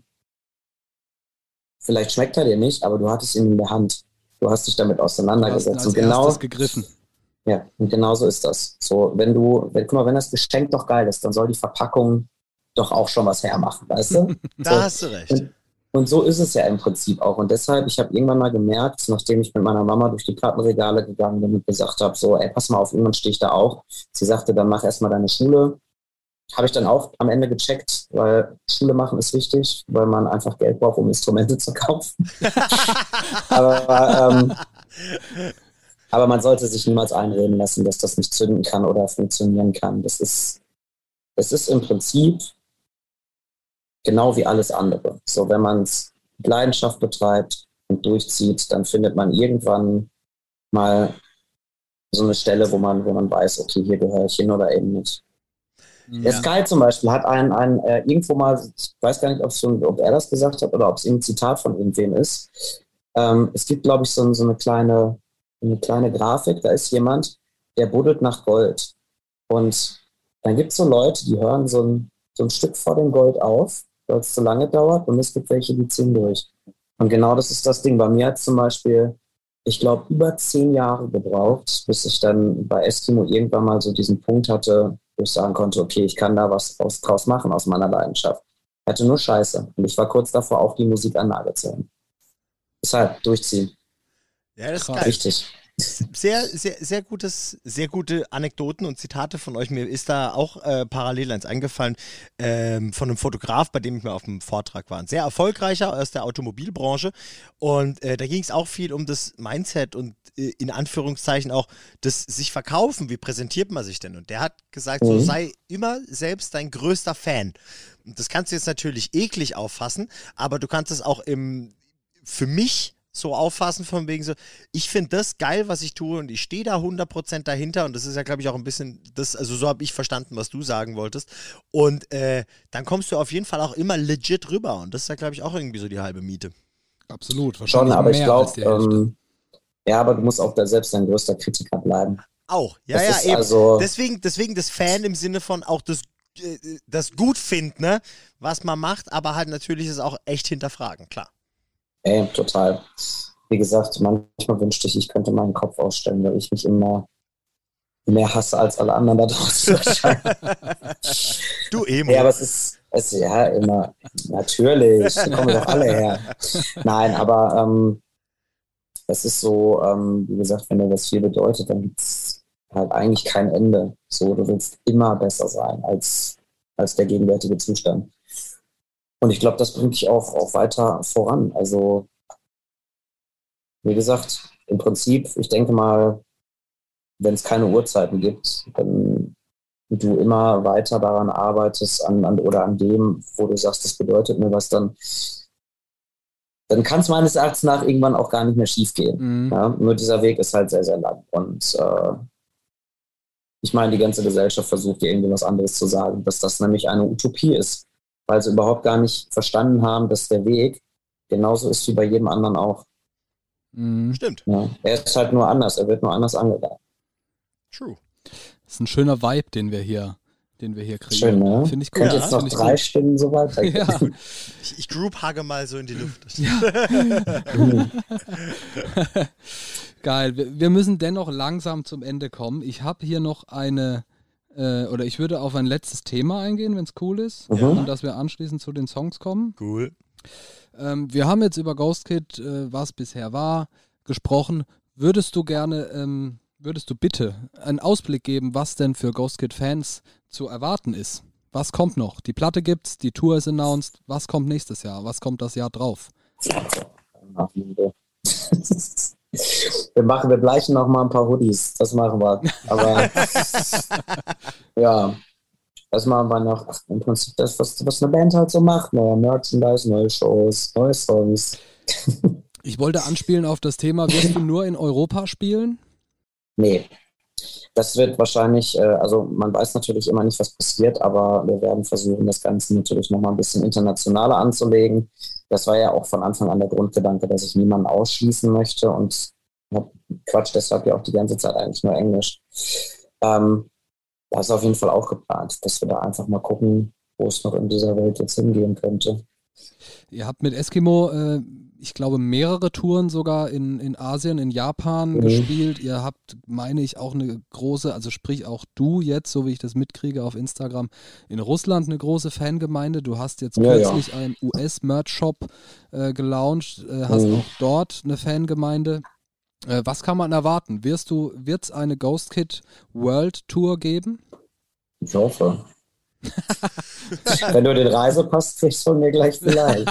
vielleicht schmeckt er dir nicht, aber du hattest ihn in der Hand. Du hast dich damit Du hast ihn auseinandergesetzt. als Und genau, erstes gegriffen. ja, und genau so ist das. So, wenn du, wenn, guck mal, wenn das Geschenk doch geil ist, dann soll die Verpackung doch auch schon was hermachen, weißt du? Da So. hast du recht. Und, und so ist es ja im Prinzip auch. Und deshalb, ich habe irgendwann mal gemerkt, nachdem ich mit meiner Mama durch die Plattenregale gegangen bin und gesagt habe, so, ey, pass mal auf, irgendwann stehe ich da auch. Sie sagte, dann mach erstmal deine Schule. Habe ich dann auch am Ende gecheckt, weil Schule machen ist wichtig, weil man einfach Geld braucht, um Instrumente zu kaufen. aber, ähm, aber man sollte sich niemals einreden lassen, dass das nicht zünden kann oder funktionieren kann. Das ist, das ist im Prinzip genau wie alles andere. So, wenn man es mit Leidenschaft betreibt und durchzieht, dann findet man irgendwann mal so eine Stelle, wo man, wo man weiß, okay, hier gehöre ich hin oder eben nicht. Der Ja. Sky zum Beispiel hat ein, ein äh, irgendwo mal, ich weiß gar nicht, ob, so, ob er das gesagt hat oder ob es ein Zitat von irgendwem ist. Ähm, es gibt, glaube ich, so, so eine kleine, eine kleine Grafik, da ist jemand, der buddelt nach Gold. Und dann gibt es so Leute, die hören so ein, so ein Stück vor dem Gold auf, weil es zu lange dauert, und es gibt welche, die ziehen durch. Und genau das ist das Ding. Bei mir hat es zum Beispiel, ich glaube, über zehn Jahre gebraucht, bis ich dann bei Eskimo irgendwann mal so diesen Punkt hatte, wo ich sagen konnte, okay, ich kann da was draus, draus machen aus meiner Leidenschaft. Ich hatte nur Scheiße. Und ich war kurz davor, auch die Musikanlage zu hören. Deshalb durchziehen. Ja, das ist Krass. geil. Richtig. Sehr, sehr, sehr gutes, sehr gute Anekdoten und Zitate von euch. Mir ist da auch äh, parallel eins eingefallen ähm, von einem Fotograf, bei dem ich mal auf dem Vortrag war. Ein sehr erfolgreicher aus der Automobilbranche. Und äh, da ging es auch viel um das Mindset und äh, in Anführungszeichen auch das sich verkaufen. Wie präsentiert man sich denn? Und der hat gesagt, so Mhm. sei immer selbst dein größter Fan. Und das kannst du jetzt natürlich eklig auffassen, aber du kannst es auch im, für mich so auffassen von wegen so, ich finde das geil, was ich tue, und ich stehe da hundert Prozent dahinter, und das ist ja, glaube ich, auch ein bisschen das, also so habe ich verstanden, was du sagen wolltest, und äh, dann kommst du auf jeden Fall auch immer legit rüber, und das ist ja, glaube ich, auch irgendwie so die halbe Miete. Absolut. Schon, Wahrscheinlich aber ich mehr als glaube, die Hälfte. ähm, ja, aber du musst auch da selbst dein größter Kritiker bleiben. Auch, ja, Das ja, ist eben. also- Deswegen, deswegen das Fan im Sinne von auch das, äh, das gut finden, ne, was man macht, aber halt natürlich es auch echt hinterfragen, klar. Ey, total. Wie gesagt, manchmal wünschte ich, ich könnte meinen Kopf ausstellen, weil ich mich immer mehr hasse als alle anderen da draußen wahrscheinlich. Du Emo. Ja, aber es ist, es, ja, immer, natürlich, da kommen wir doch alle her. Nein, aber ähm, es ist so, ähm, wie gesagt, wenn dir das viel bedeutet, dann gibt es halt eigentlich kein Ende. So, du willst immer besser sein als als der gegenwärtige Zustand. Und ich glaube, das bringt dich auch, auch weiter voran. Also, wie gesagt, im Prinzip, ich denke mal, wenn es keine Uhrzeiten gibt, wenn du immer weiter daran arbeitest an, an, oder an dem, wo du sagst, das bedeutet mir was, dann, dann kann es meines Erachtens nach irgendwann auch gar nicht mehr schief gehen. Mhm. Ja? Nur dieser Weg ist halt sehr, sehr lang. Und äh, ich meine, die ganze Gesellschaft versucht dir irgendwie was anderes zu sagen, dass das nämlich eine Utopie ist, weil sie überhaupt gar nicht verstanden haben, dass der Weg genauso ist wie bei jedem anderen auch. Mhm. Stimmt. Ja? Er ist halt nur anders, er wird nur anders angegangen. True. Das ist ein schöner Vibe, den wir hier, den wir hier kriegen. Schön, ne? Finde ich gut. Könnte Ja. jetzt noch Find ich drei gut. Stunden so weitergehen. Ja. Ich, ich group-hugge mal so in die Luft. Geil. Wir, wir müssen dennoch langsam zum Ende kommen. Ich habe hier noch eine, äh, oder ich würde auf ein letztes Thema eingehen, wenn es cool ist. Mhm. Und dass wir anschließend zu den Songs kommen. Cool. Ähm, wir haben jetzt über Ghost Kid, äh, was bisher war, gesprochen. Würdest du gerne, ähm, würdest du bitte einen Ausblick geben, was denn für Ghost Kid-Fans zu erwarten ist? Was kommt noch? Die Platte gibt's, die Tour ist announced. Was kommt nächstes Jahr? Was kommt das Jahr drauf? Wir machen, wir bleichen noch mal ein paar Hoodies. Das machen wir. Aber ja, das machen wir noch. Ach, im Prinzip das, was, was eine Band halt so macht. Neuer Merchandise, neue Shows, neue Songs. Ich wollte anspielen auf das Thema, wirst du nur in Europa spielen? Nee. Das wird wahrscheinlich, äh, also man weiß natürlich immer nicht, was passiert, aber wir werden versuchen, das Ganze natürlich nochmal ein bisschen internationaler anzulegen. Das war ja auch von Anfang an der Grundgedanke, dass ich niemanden ausschließen möchte und hab Quatsch, deshalb ja auch die ganze Zeit eigentlich nur Englisch. Ähm, das ist auf jeden Fall auch geplant, dass wir da einfach mal gucken, wo es noch in dieser Welt jetzt hingehen könnte. Ihr habt mit Eskimo, äh, ich glaube, mehrere Touren sogar in, in Asien, in Japan Mhm. gespielt. Ihr habt, meine ich, auch eine große, also sprich auch du jetzt, so wie ich das mitkriege auf Instagram, in Russland eine große Fangemeinde. Du hast jetzt Ja, kürzlich einen U S-Merch-Shop äh, gelauncht, äh, hast Mhm. auch dort eine Fangemeinde. Äh, was kann man erwarten? Wirst du, wird es eine Ghost Kid World Tour geben? Ich hoffe. Wenn du den Reisepass kriegst von mir gleich vielleicht.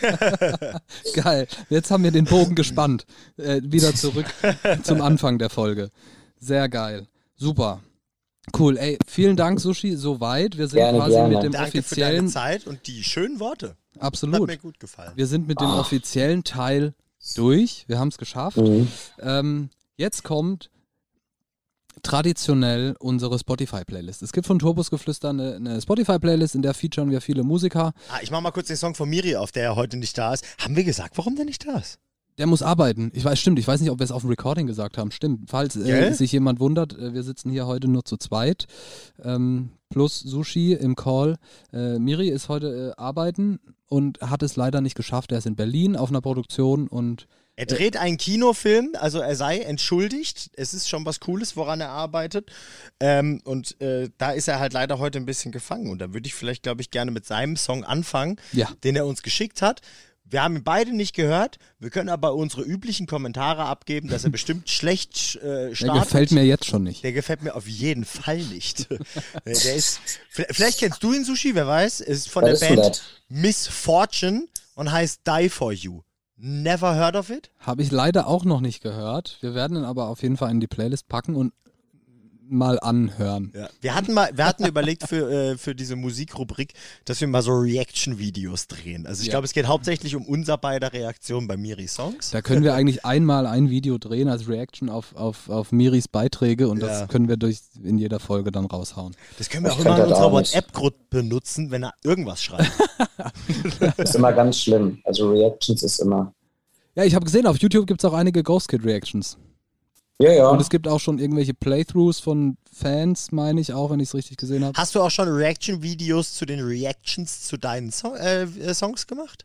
Geil. Jetzt haben wir den Bogen gespannt. Äh, wieder zurück zum Anfang der Folge. Sehr geil. Super. Cool. Ey, vielen Dank, Sushi. Soweit. Wir sind Gerne, quasi gerne. mit dem Danke für deine offiziellen. Zeit und die schönen Worte. Hat Absolut. mir gut gefallen. Wir sind mit dem Ah. offiziellen Teil durch. Wir haben es geschafft. Mhm. Ähm, jetzt kommt traditionell unsere Spotify-Playlist. Es gibt von Turbusgeflüster eine, eine Spotify-Playlist, in der featuren wir viele Musiker. Ah, ich mach mal kurz den Song von Miri auf, der ja heute nicht da ist. Haben wir gesagt, warum der nicht da ist? Der muss arbeiten. Ich weiß, stimmt. Ich weiß nicht, ob wir es auf dem Recording gesagt haben. Stimmt. Falls äh, Gell? sich jemand wundert, äh, wir sitzen hier heute nur zu zweit. Ähm, plus Sushi im Call. Äh, Miri ist heute äh, arbeiten und hat es leider nicht geschafft. Er ist in Berlin auf einer Produktion und Er dreht einen Kinofilm, also er sei entschuldigt. Es ist schon was Cooles, woran er arbeitet. Ähm, und äh, da ist er halt leider heute ein bisschen gefangen. Und da würde ich vielleicht, glaube ich, gerne mit seinem Song anfangen, ja. den er uns geschickt hat. Wir haben ihn beide nicht gehört. Wir können aber unsere üblichen Kommentare abgeben, dass er bestimmt schlecht äh, Der startet. gefällt mir jetzt schon nicht. Der gefällt mir auf jeden Fall nicht. Der ist, vielleicht kennst du ihn, Sushi, wer weiß. Ist von Was der ist denn Band das? Miss Fortune und heißt Die For You. Never heard of it? Habe ich leider auch noch nicht gehört. Wir werden ihn aber auf jeden Fall in die Playlist packen und mal anhören. Ja. Wir hatten mal, wir hatten überlegt für, äh, für diese Musikrubrik, dass wir mal so Reaction-Videos drehen. Also ich Ja. glaube, es geht hauptsächlich um unser beider Reaktionen bei Miri Songs. Da können wir eigentlich einmal ein Video drehen als Reaction auf, auf, auf Miris Beiträge und Ja. das können wir durch in jeder Folge dann raushauen. Das können wir Ich auch immer könnte in das unserer auch nicht. WhatsApp-Gruppe benutzen, wenn er irgendwas schreibt. Das ist immer ganz schlimm. Also Reactions ist immer. Ja, ich habe gesehen, auf YouTube gibt es auch einige Ghost Kid Reactions. Ja, ja. Und es gibt auch schon irgendwelche Playthroughs von Fans, meine ich auch, wenn ich es richtig gesehen habe. Hast du auch schon Reaction-Videos zu den Reactions zu deinen so äh, äh, Songs gemacht?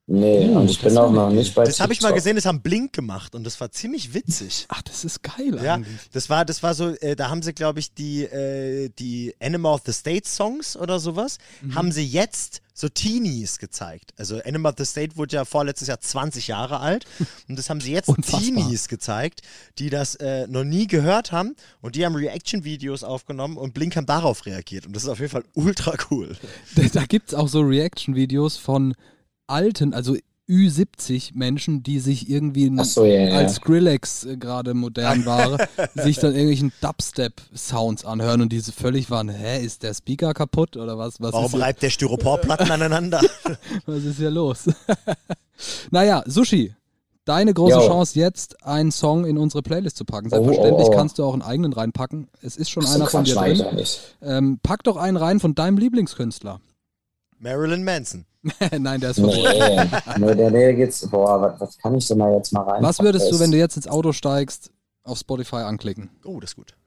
Nee, Oh, und ich das bin auch ist noch eine nicht bei Das habe ich mal TikTok. gesehen, das haben Blink gemacht und das war ziemlich witzig. Ach, das ist geil Ja, eigentlich. das war, das war so, äh, da haben sie, glaube ich, die, äh, die Animal of the State Songs oder sowas, Mhm. haben sie jetzt so Teenies gezeigt. Also Animal of the State wurde ja vorletztes Jahr zwanzig Jahre alt und das haben sie jetzt Unfassbar. Teenies gezeigt, die das äh, noch nie gehört haben und die haben Reaction-Videos aufgenommen und Blink haben darauf reagiert und das ist auf jeden Fall ultra cool. Da, da gibt es auch so Reaction-Videos von alten, also Ü siebzig Menschen, die sich irgendwie Ach so, ja, ja. als Skrillex äh, gerade modern war, sich dann irgendwelchen Dubstep-Sounds anhören und diese völlig waren, hä, ist der Speaker kaputt oder was? Was, Warum ist, hier, reibt der Styroporplatten aneinander? was ist hier los? Naja, Sushi, deine große Jo. Chance jetzt, einen Song in unsere Playlist zu packen. Oh, Selbstverständlich oh, oh. kannst du auch einen eigenen reinpacken. Es ist schon Ach so, einer von Quatsch, dir mach ich drin. doch nicht. Ähm, pack doch einen rein von deinem Lieblingskünstler. Marilyn Manson. Nein, der ist verboten. Nee, nee, der, der geht's, boah, was, was kann ich denn da jetzt mal rein? Was würdest du, wenn du jetzt ins Auto steigst, auf Spotify anklicken? Oh, das ist gut.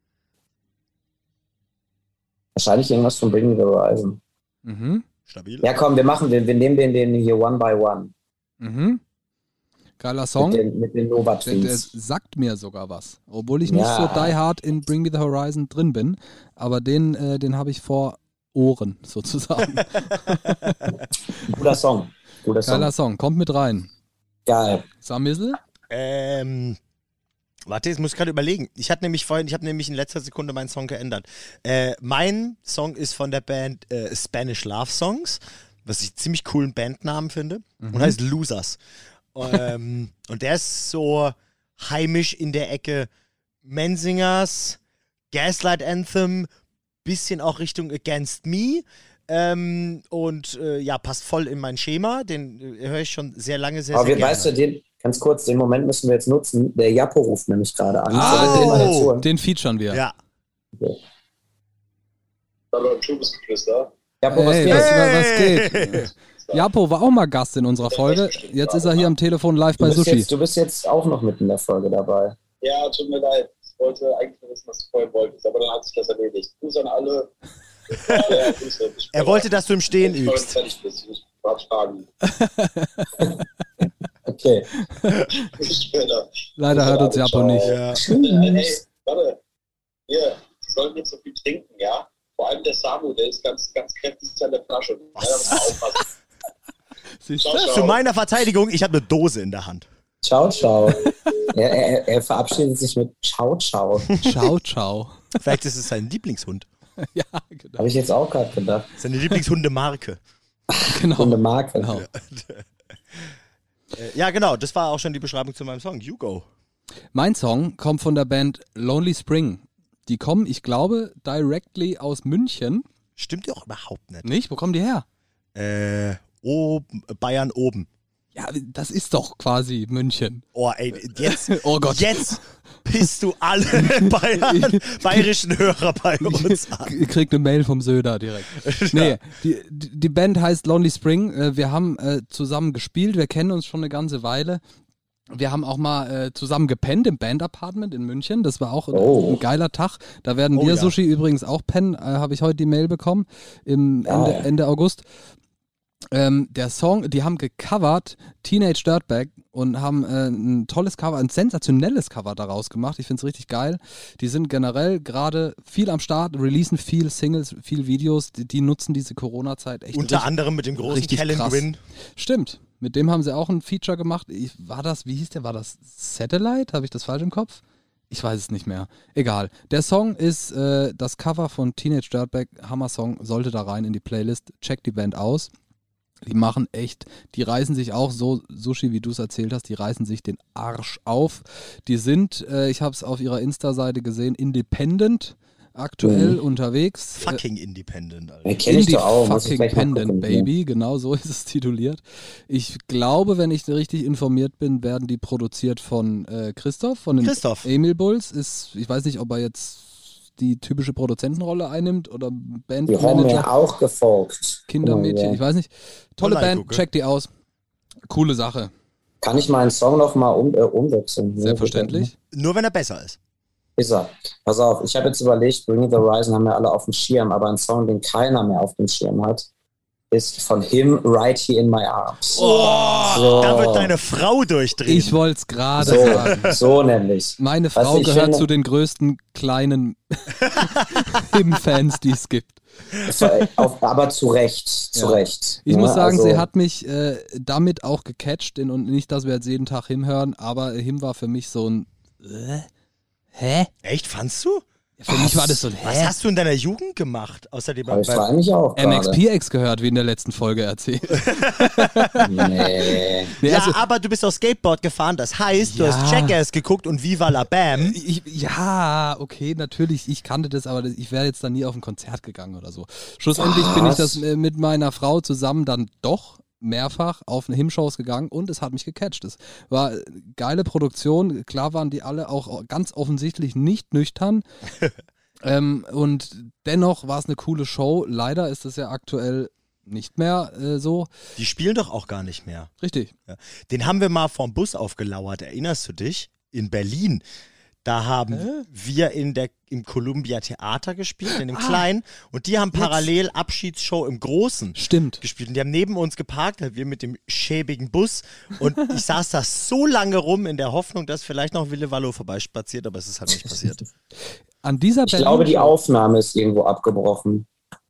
Wahrscheinlich irgendwas von Bring Me the Horizon. Mhm. Stabil. Ja, komm, wir machen den, wir nehmen den, den hier One by One. Mhm. Geiler Song. Mit den, mit den Nova Der, der Twins. sagt mir sogar was. Obwohl ich nicht Ja. so die hard in Bring Me the Horizon drin bin. Aber den, äh, den habe ich vor Ohren, sozusagen. Guter Song. Guter Song. Geiler Song. Kommt mit rein. Geil. Samissel? Ähm, warte, jetzt muss ich gerade überlegen. Ich hatte nämlich vorhin, ich habe nämlich in letzter Sekunde meinen Song geändert. Äh, mein Song ist von der Band äh, Spanish Love Songs, was ich einen ziemlich coolen Bandnamen finde, Mhm. und heißt Losers. ähm, und der ist so heimisch in der Ecke Menzingers, Gaslight Anthem, bisschen auch Richtung Against Me. Ähm, und äh, ja, passt voll in mein Schema. Den äh, höre ich schon sehr lange, sehr, Aber sehr wir, gerne. weißt du, den, ganz kurz, den Moment müssen wir jetzt nutzen. Der Jappo ruft nämlich gerade an. Ah, Sollen wir den mal dazu holen? Den featuren wir. Ja. Hallo, Tubusgeflüster. Jappo, was Hey, geht? was, was geht? Japo war auch mal Gast in unserer Folge. Jetzt ist er hier am Telefon live Du bei bist, Sushi. jetzt, du bist jetzt auch noch mit in der Folge dabei. Ja, tut mir leid. Ich wollte eigentlich wissen, was du vorhin wolltest, aber dann hat sich das erledigt. Grüß an alle. Ja, Grüße. Bis Er später. wollte, dass du im Stehen Wenn du übst. fertig bist. Ich warte Fragen. Okay. Bis später. Leider hört uns Japo nicht. Ja. Äh, hey, warte. Hier, die sollten nicht so viel trinken, ja? Vor allem der Samu, der ist ganz, ganz kräftig an der Flasche. Ja, da muss man aufpassen. Siehst Ciao, du? ciao. Zu meiner Verteidigung, ich habe eine Dose in der Hand. Ciao, ciao. er, er, er verabschiedet sich mit Ciao, ciao. Ciao, ciao. Vielleicht ist es sein Lieblingshund. Ja, genau. Habe ich jetzt auch gerade gedacht. Seine Lieblingshundemarke. Und eine genau. Marke. genau. Äh, ja, genau, das war auch schon die Beschreibung zu meinem Song. You go. Mein Song kommt von der Band Lonely Spring. Die kommen, ich glaube, directly aus München. Stimmt ja auch überhaupt nicht. Nicht? Wo kommen die her? Äh, oben, Bayern oben. Ja, das ist doch quasi München. Oh, ey, jetzt, Oh Gott. jetzt pisst du alle Bayern, bayerischen Hörer bei uns an. Ich krieg eine Mail vom Söder direkt. Nee, die, die Band heißt Lonely Spring. Äh, Wir haben äh, zusammen gespielt, wir kennen uns schon eine ganze Weile. Wir haben auch mal äh, zusammen gepennt im Band-Apartment in München. Das war auch ein, Oh. ein geiler Tag. Da werden Oh wir, ja. Sushi, übrigens auch pennen. Äh, Habe ich heute die Mail bekommen, im Geil. Ende, Ende August. Ähm, der Song, die haben gecovert Teenage Dirtbag und haben äh, ein tolles Cover, ein sensationelles Cover daraus gemacht. Ich finde es richtig geil. Die sind generell gerade viel am Start, releasen viel Singles, viel Videos. Die, die nutzen diese Corona-Zeit echt Unter richtig. anderem mit dem großen richtig Kellen krass. Gwynn. Stimmt. Mit dem haben sie auch ein Feature gemacht. Ich, war das, wie hieß der? War das Satellite? Habe ich das falsch im Kopf? Ich weiß es nicht mehr. Egal. Der Song ist äh, das Cover von Teenage Dirtbag. Hammer-Song. Sollte da rein in die Playlist. Checkt die Band aus. Die machen echt, die reißen sich auch so, Sushi, wie du es erzählt hast, die reißen sich den Arsch auf. Die sind, äh, ich habe es auf ihrer Insta-Seite gesehen, independent aktuell Mhm. unterwegs. Fucking independent, Alter. Den kenne ich Indie doch auch. Muss ich fucking gleich mal Pendant, gucken. Baby, genau so ist es tituliert. Ich glaube, wenn ich richtig informiert bin, werden die produziert von äh, Christoph, von den Christoph. Emil Bulls. Ist, ich weiß nicht, ob er jetzt die typische Produzentenrolle einnimmt oder Die haben Bandmanager, mir auch gefolgt. Kindermädchen, Ja. ich weiß nicht. Tolle Online Band, gucke. check die aus. Coole Sache, Kann ich meinen Song noch mal um, äh, umwechseln? Ja, selbstverständlich. Nur wenn er besser ist. Ist er. Pass auf, ich habe jetzt überlegt, Bring Me the Horizon haben wir alle auf dem Schirm, aber ein Song, den keiner mehr auf dem Schirm hat, ist von Him Right Here in My Arms. Oh, so. Da wird deine Frau durchdrehen. Ich wollte es gerade So, sagen. so nämlich. Meine Was Frau ich gehört finde- zu den größten kleinen Him-Fans, die es gibt. Auf, aber zu Recht, zu Ja. Recht. Ich ne? muss sagen, also, sie hat mich äh, damit auch gecatcht. In, und nicht, dass wir jetzt jeden Tag Him hören, aber Him war für mich so ein äh, Hä? Echt, fandst du? Für mich war das so ein Was Hä? hast du in deiner Jugend gemacht? Außerdem aber ich bei, frage mich auch M X gerade. P X gehört, wie in der letzten Folge erzählt. Nee. Nee, Ja, also, aber du bist auf Skateboard gefahren, das heißt, du Ja. hast Jackass geguckt und Viva la Bam. ich, ja, okay, natürlich, ich kannte das, aber das, ich wäre jetzt dann nie auf ein Konzert gegangen oder so. Schlussendlich bin ich das äh, mit meiner Frau zusammen dann doch mehrfach auf eine Him-Shows gegangen und es hat mich gecatcht. Es war äh, geile Produktion, klar waren die alle auch ganz offensichtlich nicht nüchtern. ähm, und dennoch war es eine coole Show. Leider ist es ja aktuell nicht mehr äh, so. Die spielen doch auch gar nicht mehr. Richtig. Den haben wir mal vom Bus aufgelauert, erinnerst du dich? In Berlin. Da haben Hä? wir in der, im Columbia Theater gespielt, in dem Ah, Kleinen. Und die haben jetzt. parallel Abschiedsshow im Großen Stimmt. gespielt. Und die haben neben uns geparkt, wir mit dem schäbigen Bus. Und ich saß da so lange rum in der Hoffnung, dass vielleicht noch Wille Wallo vorbeispaziert, aber es ist halt nicht passiert. An dieser Ich glaube, die Berlin-Show- Aufnahme ist irgendwo abgebrochen.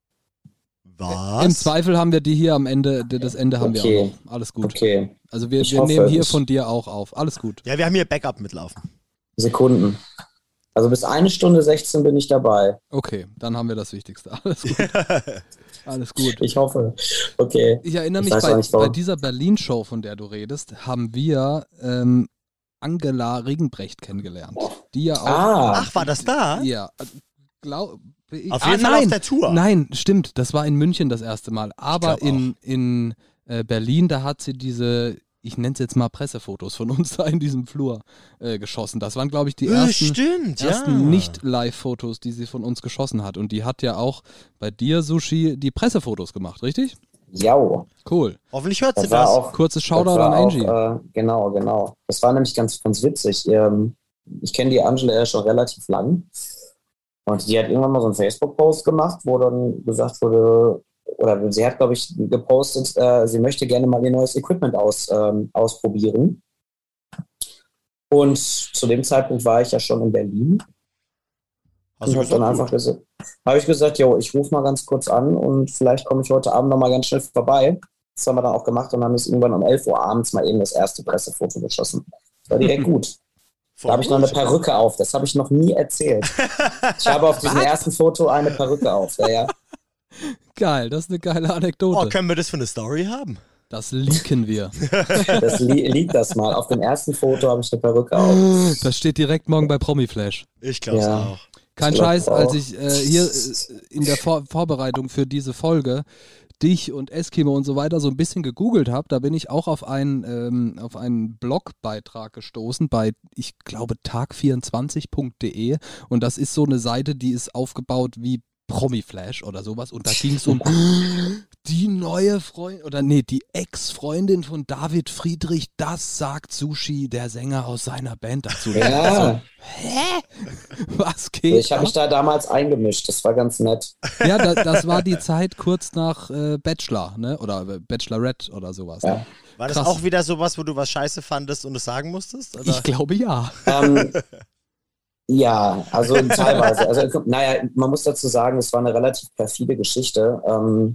Was? Im Zweifel haben wir die hier am Ende, das Ende haben wir Okay. auch noch. Alles gut. Okay, Also wir, Ich wir hoffe, nehmen hier es- von dir auch auf. Alles gut. Ja, wir haben hier Backup mitlaufen. Sekunden. Also bis eine Stunde sechzehn bin ich dabei. Okay, dann haben wir das Wichtigste. Alles gut. Alles gut. Ich hoffe. Okay. Ich erinnere Ich mich, weiß bei, auch nicht, warum. bei dieser Berlin-Show, von der du redest, haben wir ähm, Angela Regenbrecht kennengelernt. Die ja auch. Ah, Ach, war das da? Ja, glaube ich. Auf ah, jeden Fall nein, auf der Tour. Nein, stimmt. Das war in München das erste Mal. Aber glaub in, in äh, Berlin, da hat sie diese, ich nenne es jetzt mal Pressefotos von uns da in diesem Flur äh, geschossen. Das waren, glaube ich, die Äh, ersten. stimmt, ersten ja. Nicht-Live-Fotos, die sie von uns geschossen hat. Und die hat ja auch bei dir, Sushi, die Pressefotos gemacht, richtig? jau. Cool. Hoffentlich hört sie Das war das. auch, Kurzes das Shoutout war an Angie. Auch, äh, genau, genau. Das war nämlich ganz, ganz witzig. Ähm, ich kenne die Angela ja schon relativ lang. Und die hat irgendwann mal so einen Facebook-Post gemacht, wo dann gesagt wurde, oder sie hat, glaube ich, gepostet, äh, sie möchte gerne mal ihr neues Equipment aus, ähm, ausprobieren. Und zu dem Zeitpunkt war ich ja schon in Berlin. Hast Und du habe dann gesagt, einfach gut. gesagt, habe ich gesagt, jo, ich rufe mal ganz kurz an und vielleicht komme ich heute Abend noch mal ganz schnell vorbei. Das haben wir dann auch gemacht und haben es irgendwann um elf Uhr abends mal eben das erste Pressefoto geschossen. Das war direkt gut. Da habe ich noch eine Perücke auf. Das habe ich noch nie erzählt. Ich habe auf diesem ersten Foto eine Perücke auf. Ja, ja. Geil, das ist eine geile Anekdote. Oh, können wir das für eine Story haben? Das leaken wir. Das li liegt das mal. Auf dem ersten Foto habe ich eine Perücke auf. Das steht direkt morgen bei Promiflash. Ich glaube es Ja. auch. Kein Ich glaub Scheiß, auch. als ich äh, hier äh, in der Vor Vorbereitung für diese Folge dich und Eskimo und so weiter so ein bisschen gegoogelt habe, da bin ich auch auf einen, ähm, auf einen Blogbeitrag gestoßen bei, ich glaube, tag vierundzwanzig punkt de und das ist so eine Seite, die ist aufgebaut wie Promiflash oder sowas und da ging es um die neue Freundin, oder nee, die Ex-Freundin von David Friedrich, das sagt Sushi, der Sänger aus seiner Band dazu. Ja, Hä? Was geht? ich habe mich da damals eingemischt. Das war ganz nett. Ja, da, das war die Zeit kurz nach äh, Bachelor, ne? Oder äh, Bachelorette oder sowas. Ja. Ne? War das Krass. auch wieder sowas, wo du was scheiße fandest und es sagen musstest? Oder? Ich glaube ja. Ähm, ja, also teilweise. Also, naja, man muss dazu sagen, es war eine relativ perfide Geschichte, ähm,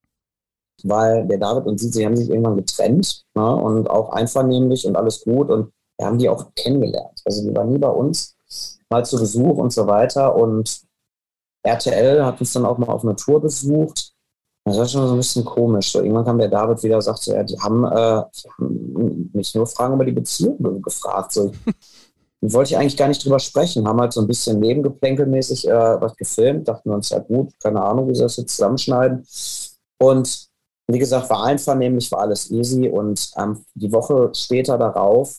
weil der David und sie, sie haben sich irgendwann getrennt, ne, und auch einvernehmlich und alles gut und wir haben die auch kennengelernt. Also die waren nie bei uns, mal zu Besuch und so weiter und R T L hat uns dann auch mal auf eine Tour besucht. Das war schon so ein bisschen komisch. So, irgendwann kam der David wieder und sagte, ja, die haben, äh, die haben mich nur Fragen über die Beziehung gefragt. So, wollte ich eigentlich gar nicht drüber sprechen, haben halt so ein bisschen nebengeplänkelmäßig äh, was gefilmt, dachten wir uns, ja gut, keine Ahnung, wie sie das jetzt zusammenschneiden. Und wie gesagt, war einvernehmlich, war alles easy und ähm, die Woche später darauf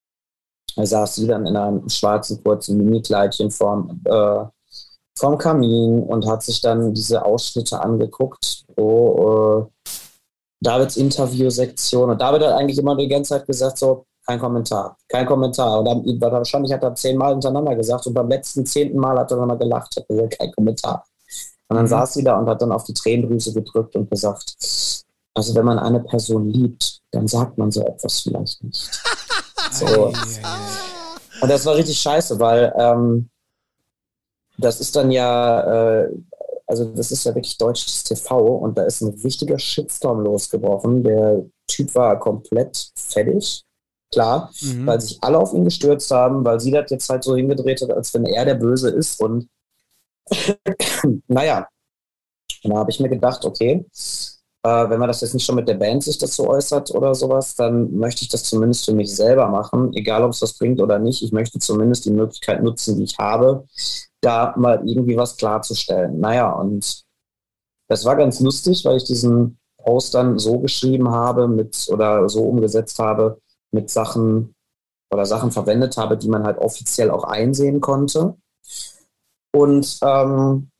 saß sie dann in einem schwarzen, kurzen Mini-Kleidchen vorm, äh, vorm Kamin und hat sich dann diese Ausschnitte angeguckt, wo äh, Davids Interviewsektion, und David hat eigentlich immer die ganze Zeit gesagt, so, kein Kommentar, kein Kommentar. Und dann, wahrscheinlich hat er zehnmal hintereinander gesagt und beim letzten zehnten Mal hat er nochmal gelacht, hat gesagt, kein Kommentar. Und dann Mhm. saß sie da und hat dann auf die Tränendrüse gedrückt und gesagt, Also wenn man eine Person liebt, dann sagt man so etwas vielleicht nicht. So. Und das war richtig scheiße, weil ähm, das ist dann ja, äh, also das ist ja wirklich deutsches T V und da ist ein richtiger Shitstorm losgebrochen. Der Typ war komplett fertig, klar, mhm. weil sich alle auf ihn gestürzt haben, weil sie das jetzt halt so hingedreht hat, als wenn er der Böse ist. Und naja, da habe ich mir gedacht, okay, äh, wenn man das jetzt nicht schon mit der Band sich das so äußert oder sowas, dann möchte ich das zumindest für mich selber machen, egal ob es was bringt oder nicht. Ich möchte zumindest die Möglichkeit nutzen, die ich habe, da mal irgendwie was klarzustellen. Naja, und das war ganz lustig, weil ich diesen Post dann so geschrieben habe mit oder so umgesetzt habe mit Sachen oder Sachen verwendet habe, die man halt offiziell auch einsehen konnte. Und ähm,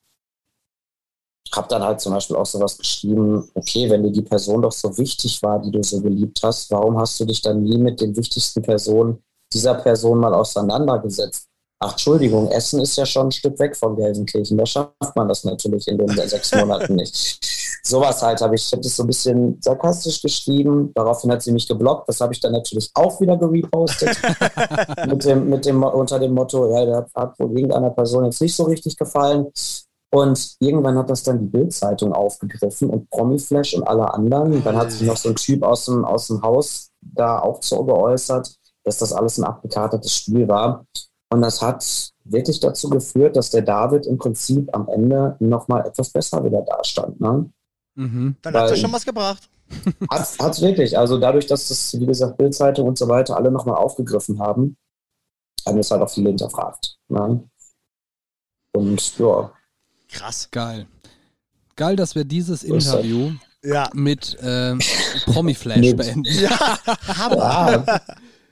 habe dann halt zum Beispiel auch sowas geschrieben, okay, wenn dir die Person doch so wichtig war, die du so geliebt hast, warum hast du dich dann nie mit den wichtigsten Personen dieser Person mal auseinandergesetzt? Ach, Entschuldigung, Essen ist ja schon ein Stück weg von Gelsenkirchen. Da schafft man das natürlich in den sechs Monaten nicht. Sowas halt habe ich, ich habe das so ein bisschen sarkastisch geschrieben. Daraufhin hat sie mich geblockt. Das habe ich dann natürlich auch wieder gerepostet. mit dem, mit dem, unter dem Motto, ja, der hat wohl irgendeiner Person jetzt nicht so richtig gefallen. Und irgendwann hat das dann die Bild-Zeitung aufgegriffen und Promiflash und alle anderen. Und dann hat sich noch so ein Typ aus dem, aus dem Haus da auch so geäußert, dass das alles ein abgekartetes Spiel war. Und das hat wirklich dazu geführt, dass der David im Prinzip am Ende nochmal etwas besser wieder dastand. Ne? Mhm. Dann hat er schon was gebracht. Hat es wirklich. Also dadurch, dass das, wie gesagt, Bild-Zeitung und so weiter alle nochmal aufgegriffen haben, haben es halt auch viele hinterfragt. Ne? Und ja. Krass. Geil. Geil, dass wir dieses Interview ja. mit äh, Promiflash beenden. Ja, Hammer.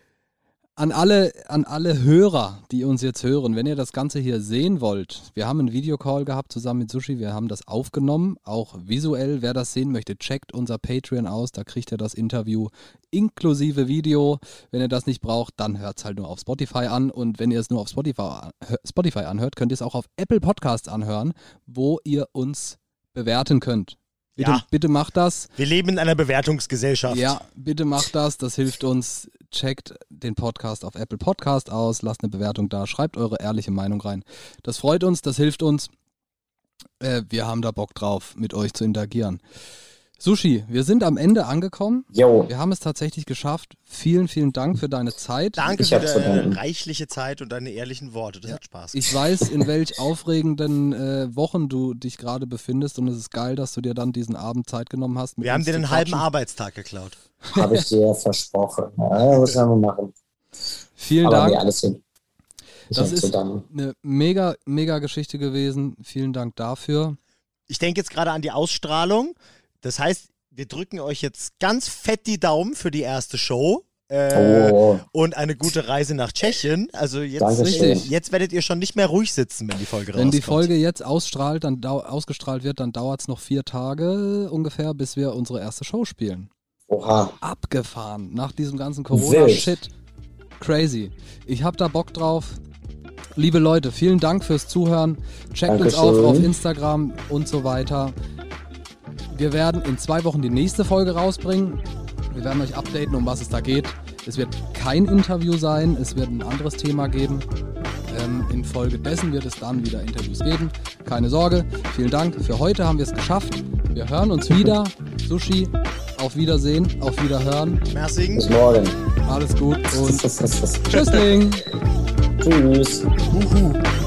An alle, an alle Hörer, die uns jetzt hören, wenn ihr das Ganze hier sehen wollt, wir haben einen Videocall gehabt zusammen mit Sushi, wir haben das aufgenommen, auch visuell, wer das sehen möchte, checkt unser Patreon aus, da kriegt ihr das Interview inklusive Video. Wenn ihr das nicht braucht, dann hört es halt nur auf Spotify an und wenn ihr es nur auf Spotify, Spotify anhört, könnt ihr es auch auf Apple Podcasts anhören, wo ihr uns bewerten könnt. Bitte, ja. bitte macht das. Wir leben in einer Bewertungsgesellschaft. Ja, bitte macht das, das hilft uns. Checkt den Podcast auf Apple Podcast aus, lasst eine Bewertung da, schreibt eure ehrliche Meinung rein. Das freut uns, das hilft uns. Äh, wir haben da Bock drauf, mit euch zu interagieren. Sushi, wir sind am Ende angekommen. Jo. Wir haben es tatsächlich geschafft. Vielen, vielen Dank für deine Zeit. Danke ich für deine reichliche Zeit und deine ehrlichen Worte. Das ja. hat Spaß gemacht. Ich weiß, in welch aufregenden äh, Wochen du dich gerade befindest und es ist geil, dass du dir dann diesen Abend Zeit genommen hast. Wir haben dir einen halben Arbeitstag geklaut. Habe ich dir versprochen. Ja, was sollen wir machen? Vielen Aber Dank. Nee, alles hin. Ich das ist eine mega, mega Geschichte gewesen. Vielen Dank dafür. Ich denke jetzt gerade an die Ausstrahlung. Das heißt, wir drücken euch jetzt ganz fett die Daumen für die erste Show äh, oh. und eine gute Reise nach Tschechien. Also jetzt, jetzt werdet ihr schon nicht mehr ruhig sitzen, wenn die Folge rauskommt. Wenn die Folge jetzt ausstrahlt, dann dau- ausgestrahlt wird, dann dauert es noch vier Tage ungefähr, bis wir unsere erste Show spielen. Oha. Abgefahren. Nach diesem ganzen Corona-Shit. Crazy. Ich hab da Bock drauf. Liebe Leute, vielen Dank fürs Zuhören. Checkt Dankeschön. uns auf auf Instagram und so weiter. Wir werden in zwei Wochen die nächste Folge rausbringen. Wir werden euch updaten, um was es da geht. Es wird kein Interview sein, es wird ein anderes Thema geben. Ähm, in Folge dessen wird es dann wieder Interviews geben. Keine Sorge, vielen Dank. Für heute haben wir es geschafft. Wir hören uns wieder. Sushi, auf Wiedersehen, auf Wiederhören. Merci. Bis morgen. Alles gut und Tschüssling. Tschüss. Uhu.